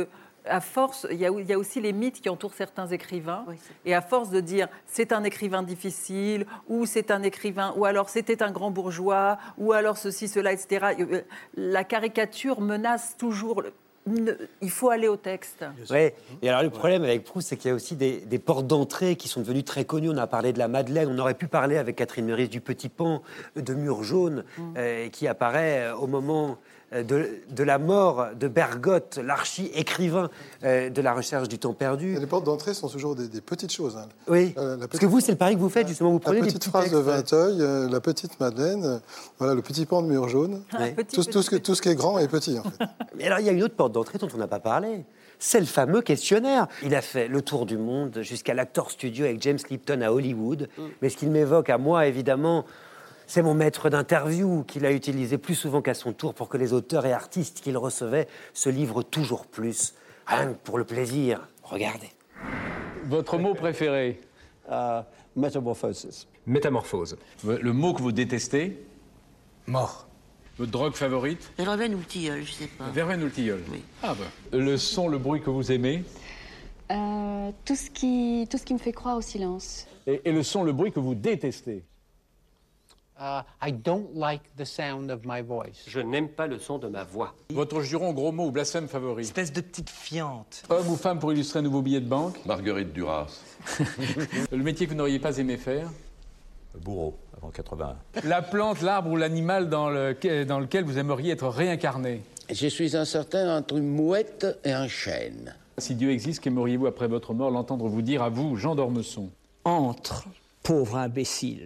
à force, il y a aussi les mythes qui entourent certains écrivains. Et à force de dire c'est un écrivain difficile, ou c'est un écrivain, ou alors c'était un grand bourgeois, ou alors ceci, cela, etc. La caricature menace toujours. Il faut aller au texte. Oui, et alors le problème avec Proust, c'est qu'il y a aussi des portes d'entrée qui sont devenues très connues. On a parlé de la Madeleine, on aurait pu parler avec Catherine Meurice du Petit Pan, de Mur jaune, qui apparaît au moment de la mort de Bergotte, l'archi-écrivain de La Recherche du temps perdu. Et les portes d'entrée sont toujours des petites choses. Hein. Oui, parce que vous, c'est le pari que vous faites, justement. Vous prenez la des petite petits phrase textes. de Vinteuil, la petite Madeleine, voilà, le petit pan de Mur jaune. Tout ce qui est grand est petit, en fait. Mais alors, il y a une autre porte d'entrée dont on n'a pas parlé. C'est le fameux questionnaire. Il a fait le tour du monde jusqu'à l'Actor Studio avec James Lipton à Hollywood. Mais ce qu'il m'évoque à moi, évidemment, c'est mon maître d'interview qu'il a utilisé plus souvent qu'à son tour pour que les auteurs et artistes qu'il recevait se livrent toujours plus. Rien que pour le plaisir. Regardez. Votre mot préféré? Métamorphose. Métamorphose. Le mot que vous détestez? Mort. Votre drogue favorite? Verveine ou le tilleul, je sais pas. Verveine ou le tilleul? Oui. Ah ben. Le son, le bruit que vous aimez? Tout ce qui me fait croire au silence. Et le son, le bruit que vous détestez? I don't like the sound of my voice. Je n'aime pas le son de ma voix. Votre juron, gros mot ou blasphème favori? Espèce de petite fiente. Homme ou femme pour illustrer un nouveau billet de banque? Marguerite Duras. Le métier que vous n'auriez pas aimé faire? Bourreau, avant 81. La plante, l'arbre ou l'animal dans lequel vous aimeriez être réincarné? Je suis incertain entre une mouette et un chêne. Si Dieu existe, qu'aimeriez-vous après votre mort l'entendre vous dire à vous, Jean d'Ormesson? Entre, pauvre imbécile.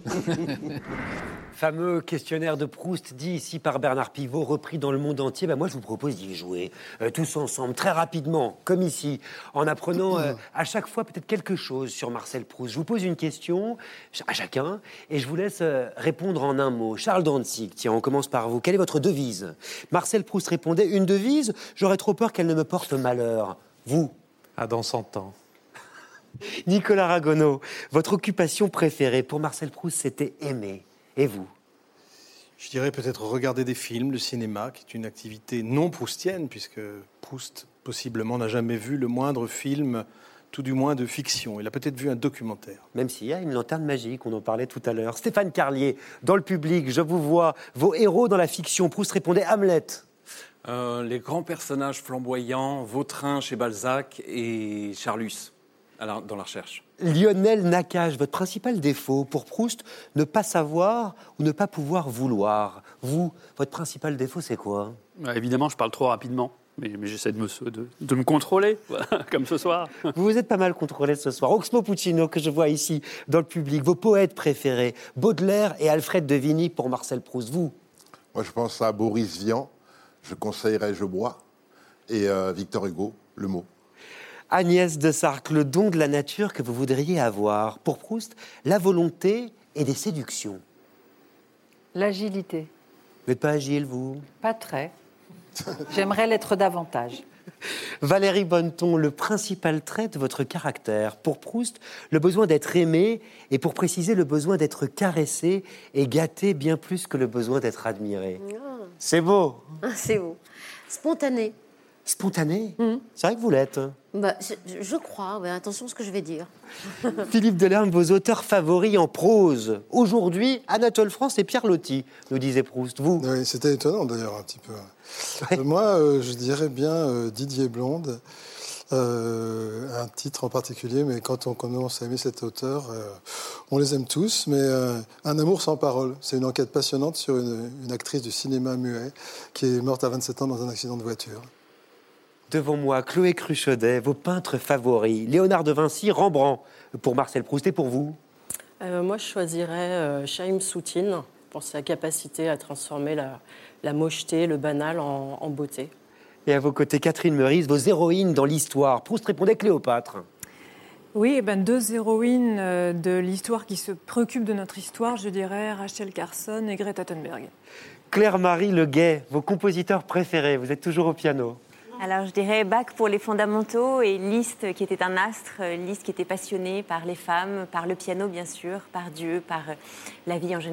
Fameux questionnaire de Proust, dit ici par Bernard Pivot, repris dans le monde entier. Moi, je vous propose d'y jouer tous ensemble, très rapidement, comme ici, en apprenant à chaque fois peut-être quelque chose sur Marcel Proust. Je vous pose une question à chacun et je vous laisse répondre en un mot. Charles Dantzig, tiens, on commence par vous. Quelle est votre devise? Marcel Proust répondait: une devise, j'aurais trop peur qu'elle ne me porte malheur. Vous? Dans 100 ans. Nicolas Ragonneau, votre occupation préférée pour Marcel Proust, c'était aimer. Et vous? Je dirais peut-être regarder des films, le cinéma, qui est une activité non proustienne, puisque Proust, possiblement, n'a jamais vu le moindre film, tout du moins de fiction. Il a peut-être vu un documentaire. Même s'il y a une lanterne magique, on en parlait tout à l'heure. Stéphane Carlier, dans le public, je vous vois. Vos héros dans la fiction, Proust répondait Hamlet. Les grands personnages flamboyants, Vautrin chez Balzac et Charlus dans la recherche. Lionel Nakache, votre principal défaut pour Proust, ne pas savoir ou ne pas pouvoir vouloir. Vous, votre principal défaut, c'est quoi? Évidemment, je parle trop rapidement, mais j'essaie de me contrôler, comme ce soir. Vous vous êtes pas mal contrôlé ce soir. Oxmo Puccino, que je vois ici dans le public. Vos poètes préférés, Baudelaire et Alfred de Vigny pour Marcel Proust. Vous? Moi, je pense à Boris Vian, je conseillerais Je bois, et Victor Hugo, Le mot. Agnès de Sarcles, le don de la nature que vous voudriez avoir. Pour Proust, la volonté et des séductions. L'agilité. Vous n'êtes pas agile, vous? Pas très. J'aimerais l'être davantage. Valérie Bonneton, le principal trait de votre caractère. Pour Proust, le besoin d'être aimé, et pour préciser, le besoin d'être caressé et gâté bien plus que le besoin d'être admiré. Oh. C'est beau. C'est beau. Spontané. Spontané? C'est vrai que vous l'êtes. Je crois, ouais, attention à ce que je vais dire. Philippe Delerme, vos auteurs favoris en prose. Aujourd'hui, Anatole France et Pierre Loti, nous disait Proust. Vous? Oui, c'était étonnant d'ailleurs un petit peu. Moi, je dirais bien Didier Blonde, un titre en particulier, mais quand on commence à aimer cet auteur, on les aime tous, mais Un amour sans parole. C'est une enquête passionnante sur une actrice du cinéma muet qui est morte à 27 ans dans un accident de voiture. Devant moi, Chloé Cruchaudet, vos peintres favoris. Léonard de Vinci, Rembrandt, pour Marcel Proust et pour vous? Moi, je choisirais Chaim Soutine pour sa capacité à transformer la mocheté, le banal en beauté. Et à vos côtés, Catherine Meurice, vos héroïnes dans l'histoire. Proust répondait Cléopâtre. Oui, deux héroïnes de l'histoire qui se préoccupent de notre histoire, je dirais Rachel Carson et Greta Thunberg. Claire-Marie Le Guay, vos compositeurs préférés, vous êtes toujours au piano. Alors, je dirais Bach pour les fondamentaux et Liszt qui était un astre, Liszt qui était passionné par les femmes, par le piano bien sûr, par Dieu, par la vie en général.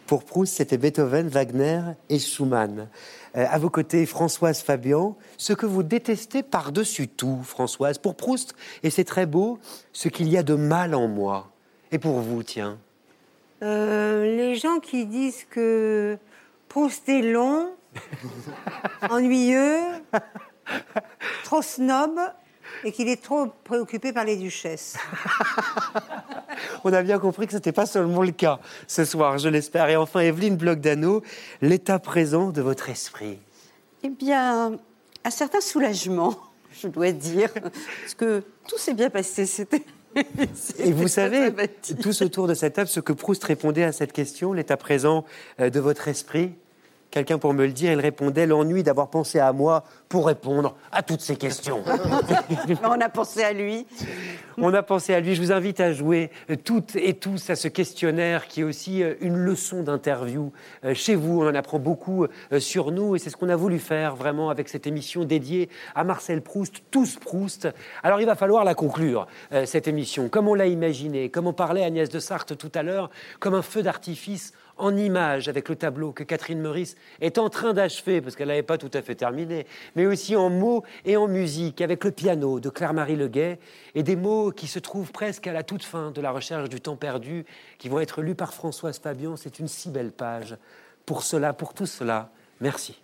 Pour Proust, c'était Beethoven, Wagner et Schumann. À vos côtés, Françoise Fabian, ce que vous détestez par-dessus tout, Françoise. Pour Proust, et c'est très beau, ce qu'il y a de mal en moi. Et pour vous, tiens? Les gens qui disent que Proust est long, ennuyeux, trop snob et qu'il est trop préoccupé par les duchesses. On a bien compris que ce n'était pas seulement le cas ce soir, je l'espère. Et enfin, Evelyne Bloch-Dano, l'état présent de votre esprit. Eh bien, un certain soulagement, je dois dire, parce que tout s'est bien passé. Et vous savez, tous autour de cette table, ce que Proust répondait à cette question, l'état présent de votre esprit, quelqu'un pour me le dire, il répondait l'ennui d'avoir pensé à moi pour répondre à toutes ces questions. On a pensé à lui. On a pensé à lui. Je vous invite à jouer toutes et tous à ce questionnaire qui est aussi une leçon d'interview chez vous. On en apprend beaucoup sur nous et c'est ce qu'on a voulu faire vraiment avec cette émission dédiée à Marcel Proust, tous Proust. Alors il va falloir la conclure, cette émission, comme on l'a imaginé, comme on parlait à Agnès de Sarthe tout à l'heure, comme un feu d'artifice en images avec le tableau que Catherine Meurice est en train d'achever, parce qu'elle n'avait pas tout à fait terminé, mais aussi en mots et en musique, avec le piano de Claire-Marie Leguet, et des mots qui se trouvent presque à la toute fin de la recherche du temps perdu, qui vont être lus par Françoise Fabian. C'est une si belle page. Pour cela, pour tout cela, merci.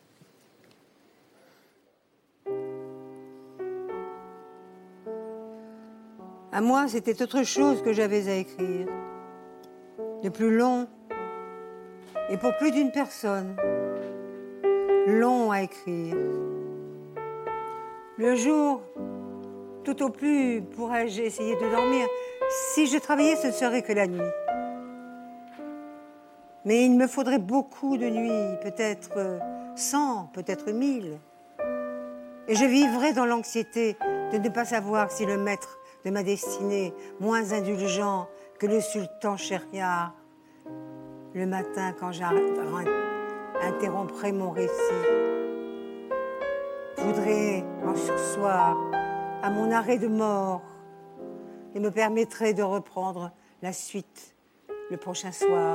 À moi, c'était autre chose que j'avais à écrire. De plus long, et pour plus d'une personne. Long à écrire. Le jour, tout au plus, pourrais-je essayer de dormir. Si je travaillais, ce ne serait que la nuit. Mais il me faudrait beaucoup de nuits, peut-être 100, peut-être 1000. Et je vivrais dans l'anxiété de ne pas savoir si le maître de ma destinée, moins indulgent que le sultan Schahriar, le matin quand j'interromprai mon récit, voudrait en sursoir à mon arrêt de mort et me permettrait de reprendre la suite le prochain soir.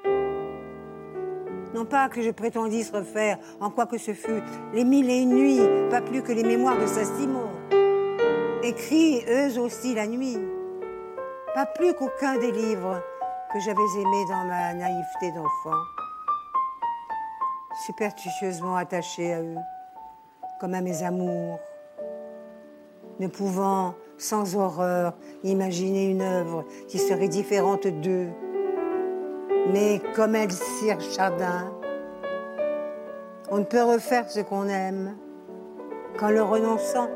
Non pas que je prétendisse refaire, en quoi que ce fût, les 1001 nuits, pas plus que les mémoires de Saint-Simon, écrits eux aussi la nuit, pas plus qu'aucun des livres que j'avais aimés dans ma naïveté d'enfant, superstitieusement attaché à eux, comme à mes amours, ne pouvant sans horreur imaginer une œuvre qui serait différente d'eux, mais comme Elcire Chardin, on ne peut refaire ce qu'on aime qu'en le renonçant.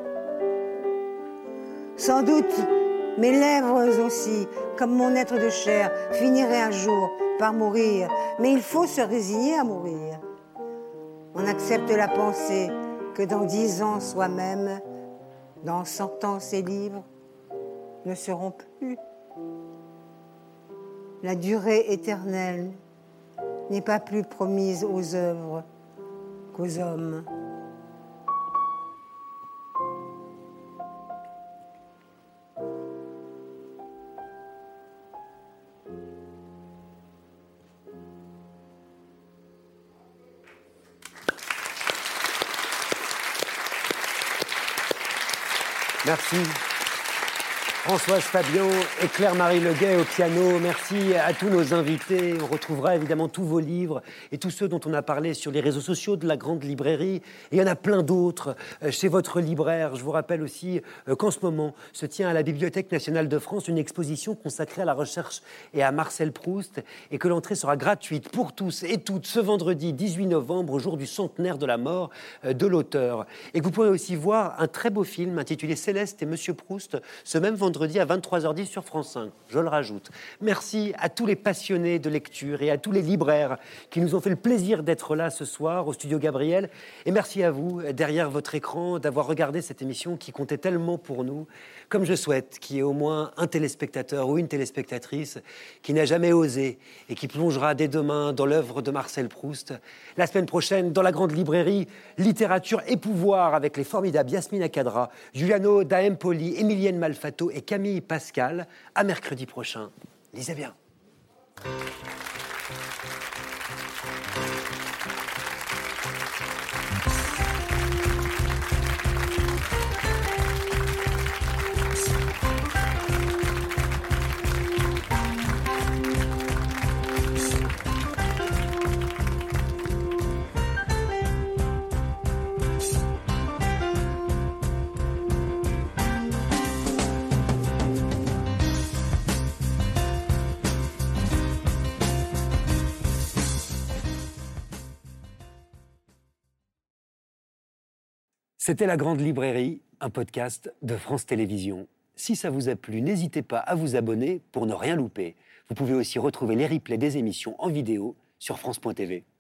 Sans doute, mes lèvres aussi, comme mon être de chair, finiraient un jour par mourir. Mais il faut se résigner à mourir. On accepte la pensée que dans 10 ans soi-même, dans 100 ans ces livres ne seront plus. La durée éternelle n'est pas plus promise aux œuvres qu'aux hommes. Merci. Françoise Fabian et Claire-Marie Leguet au piano. Merci à tous nos invités. On retrouvera évidemment tous vos livres et tous ceux dont on a parlé sur les réseaux sociaux de la Grande Librairie. Et il y en a plein d'autres chez votre libraire. Je vous rappelle aussi qu'en ce moment se tient à la Bibliothèque nationale de France une exposition consacrée à la recherche et à Marcel Proust et que l'entrée sera gratuite pour tous et toutes ce vendredi 18 novembre, au jour du centenaire de la mort de l'auteur. Et que vous pourrez aussi voir un très beau film intitulé Céleste et Monsieur Proust ce même vendredi à 23h10 sur France 5, je le rajoute. Merci à tous les passionnés de lecture et à tous les libraires qui nous ont fait le plaisir d'être là ce soir au Studio Gabriel. Et merci à vous, derrière votre écran, d'avoir regardé cette émission qui comptait tellement pour nous. Comme je souhaite qu'il y ait au moins un téléspectateur ou une téléspectatrice qui n'a jamais osé et qui plongera dès demain dans l'œuvre de Marcel Proust. La semaine prochaine, dans la Grande Librairie, littérature et pouvoir avec les formidables Yasmina Kadra, Giuliano da Empoli, Emilienne Malfato et Camille Pascal. À mercredi prochain. Lisez bien. C'était La Grande Librairie, un podcast de France Télévisions. Si ça vous a plu, n'hésitez pas à vous abonner pour ne rien louper. Vous pouvez aussi retrouver les replays des émissions en vidéo sur France.tv.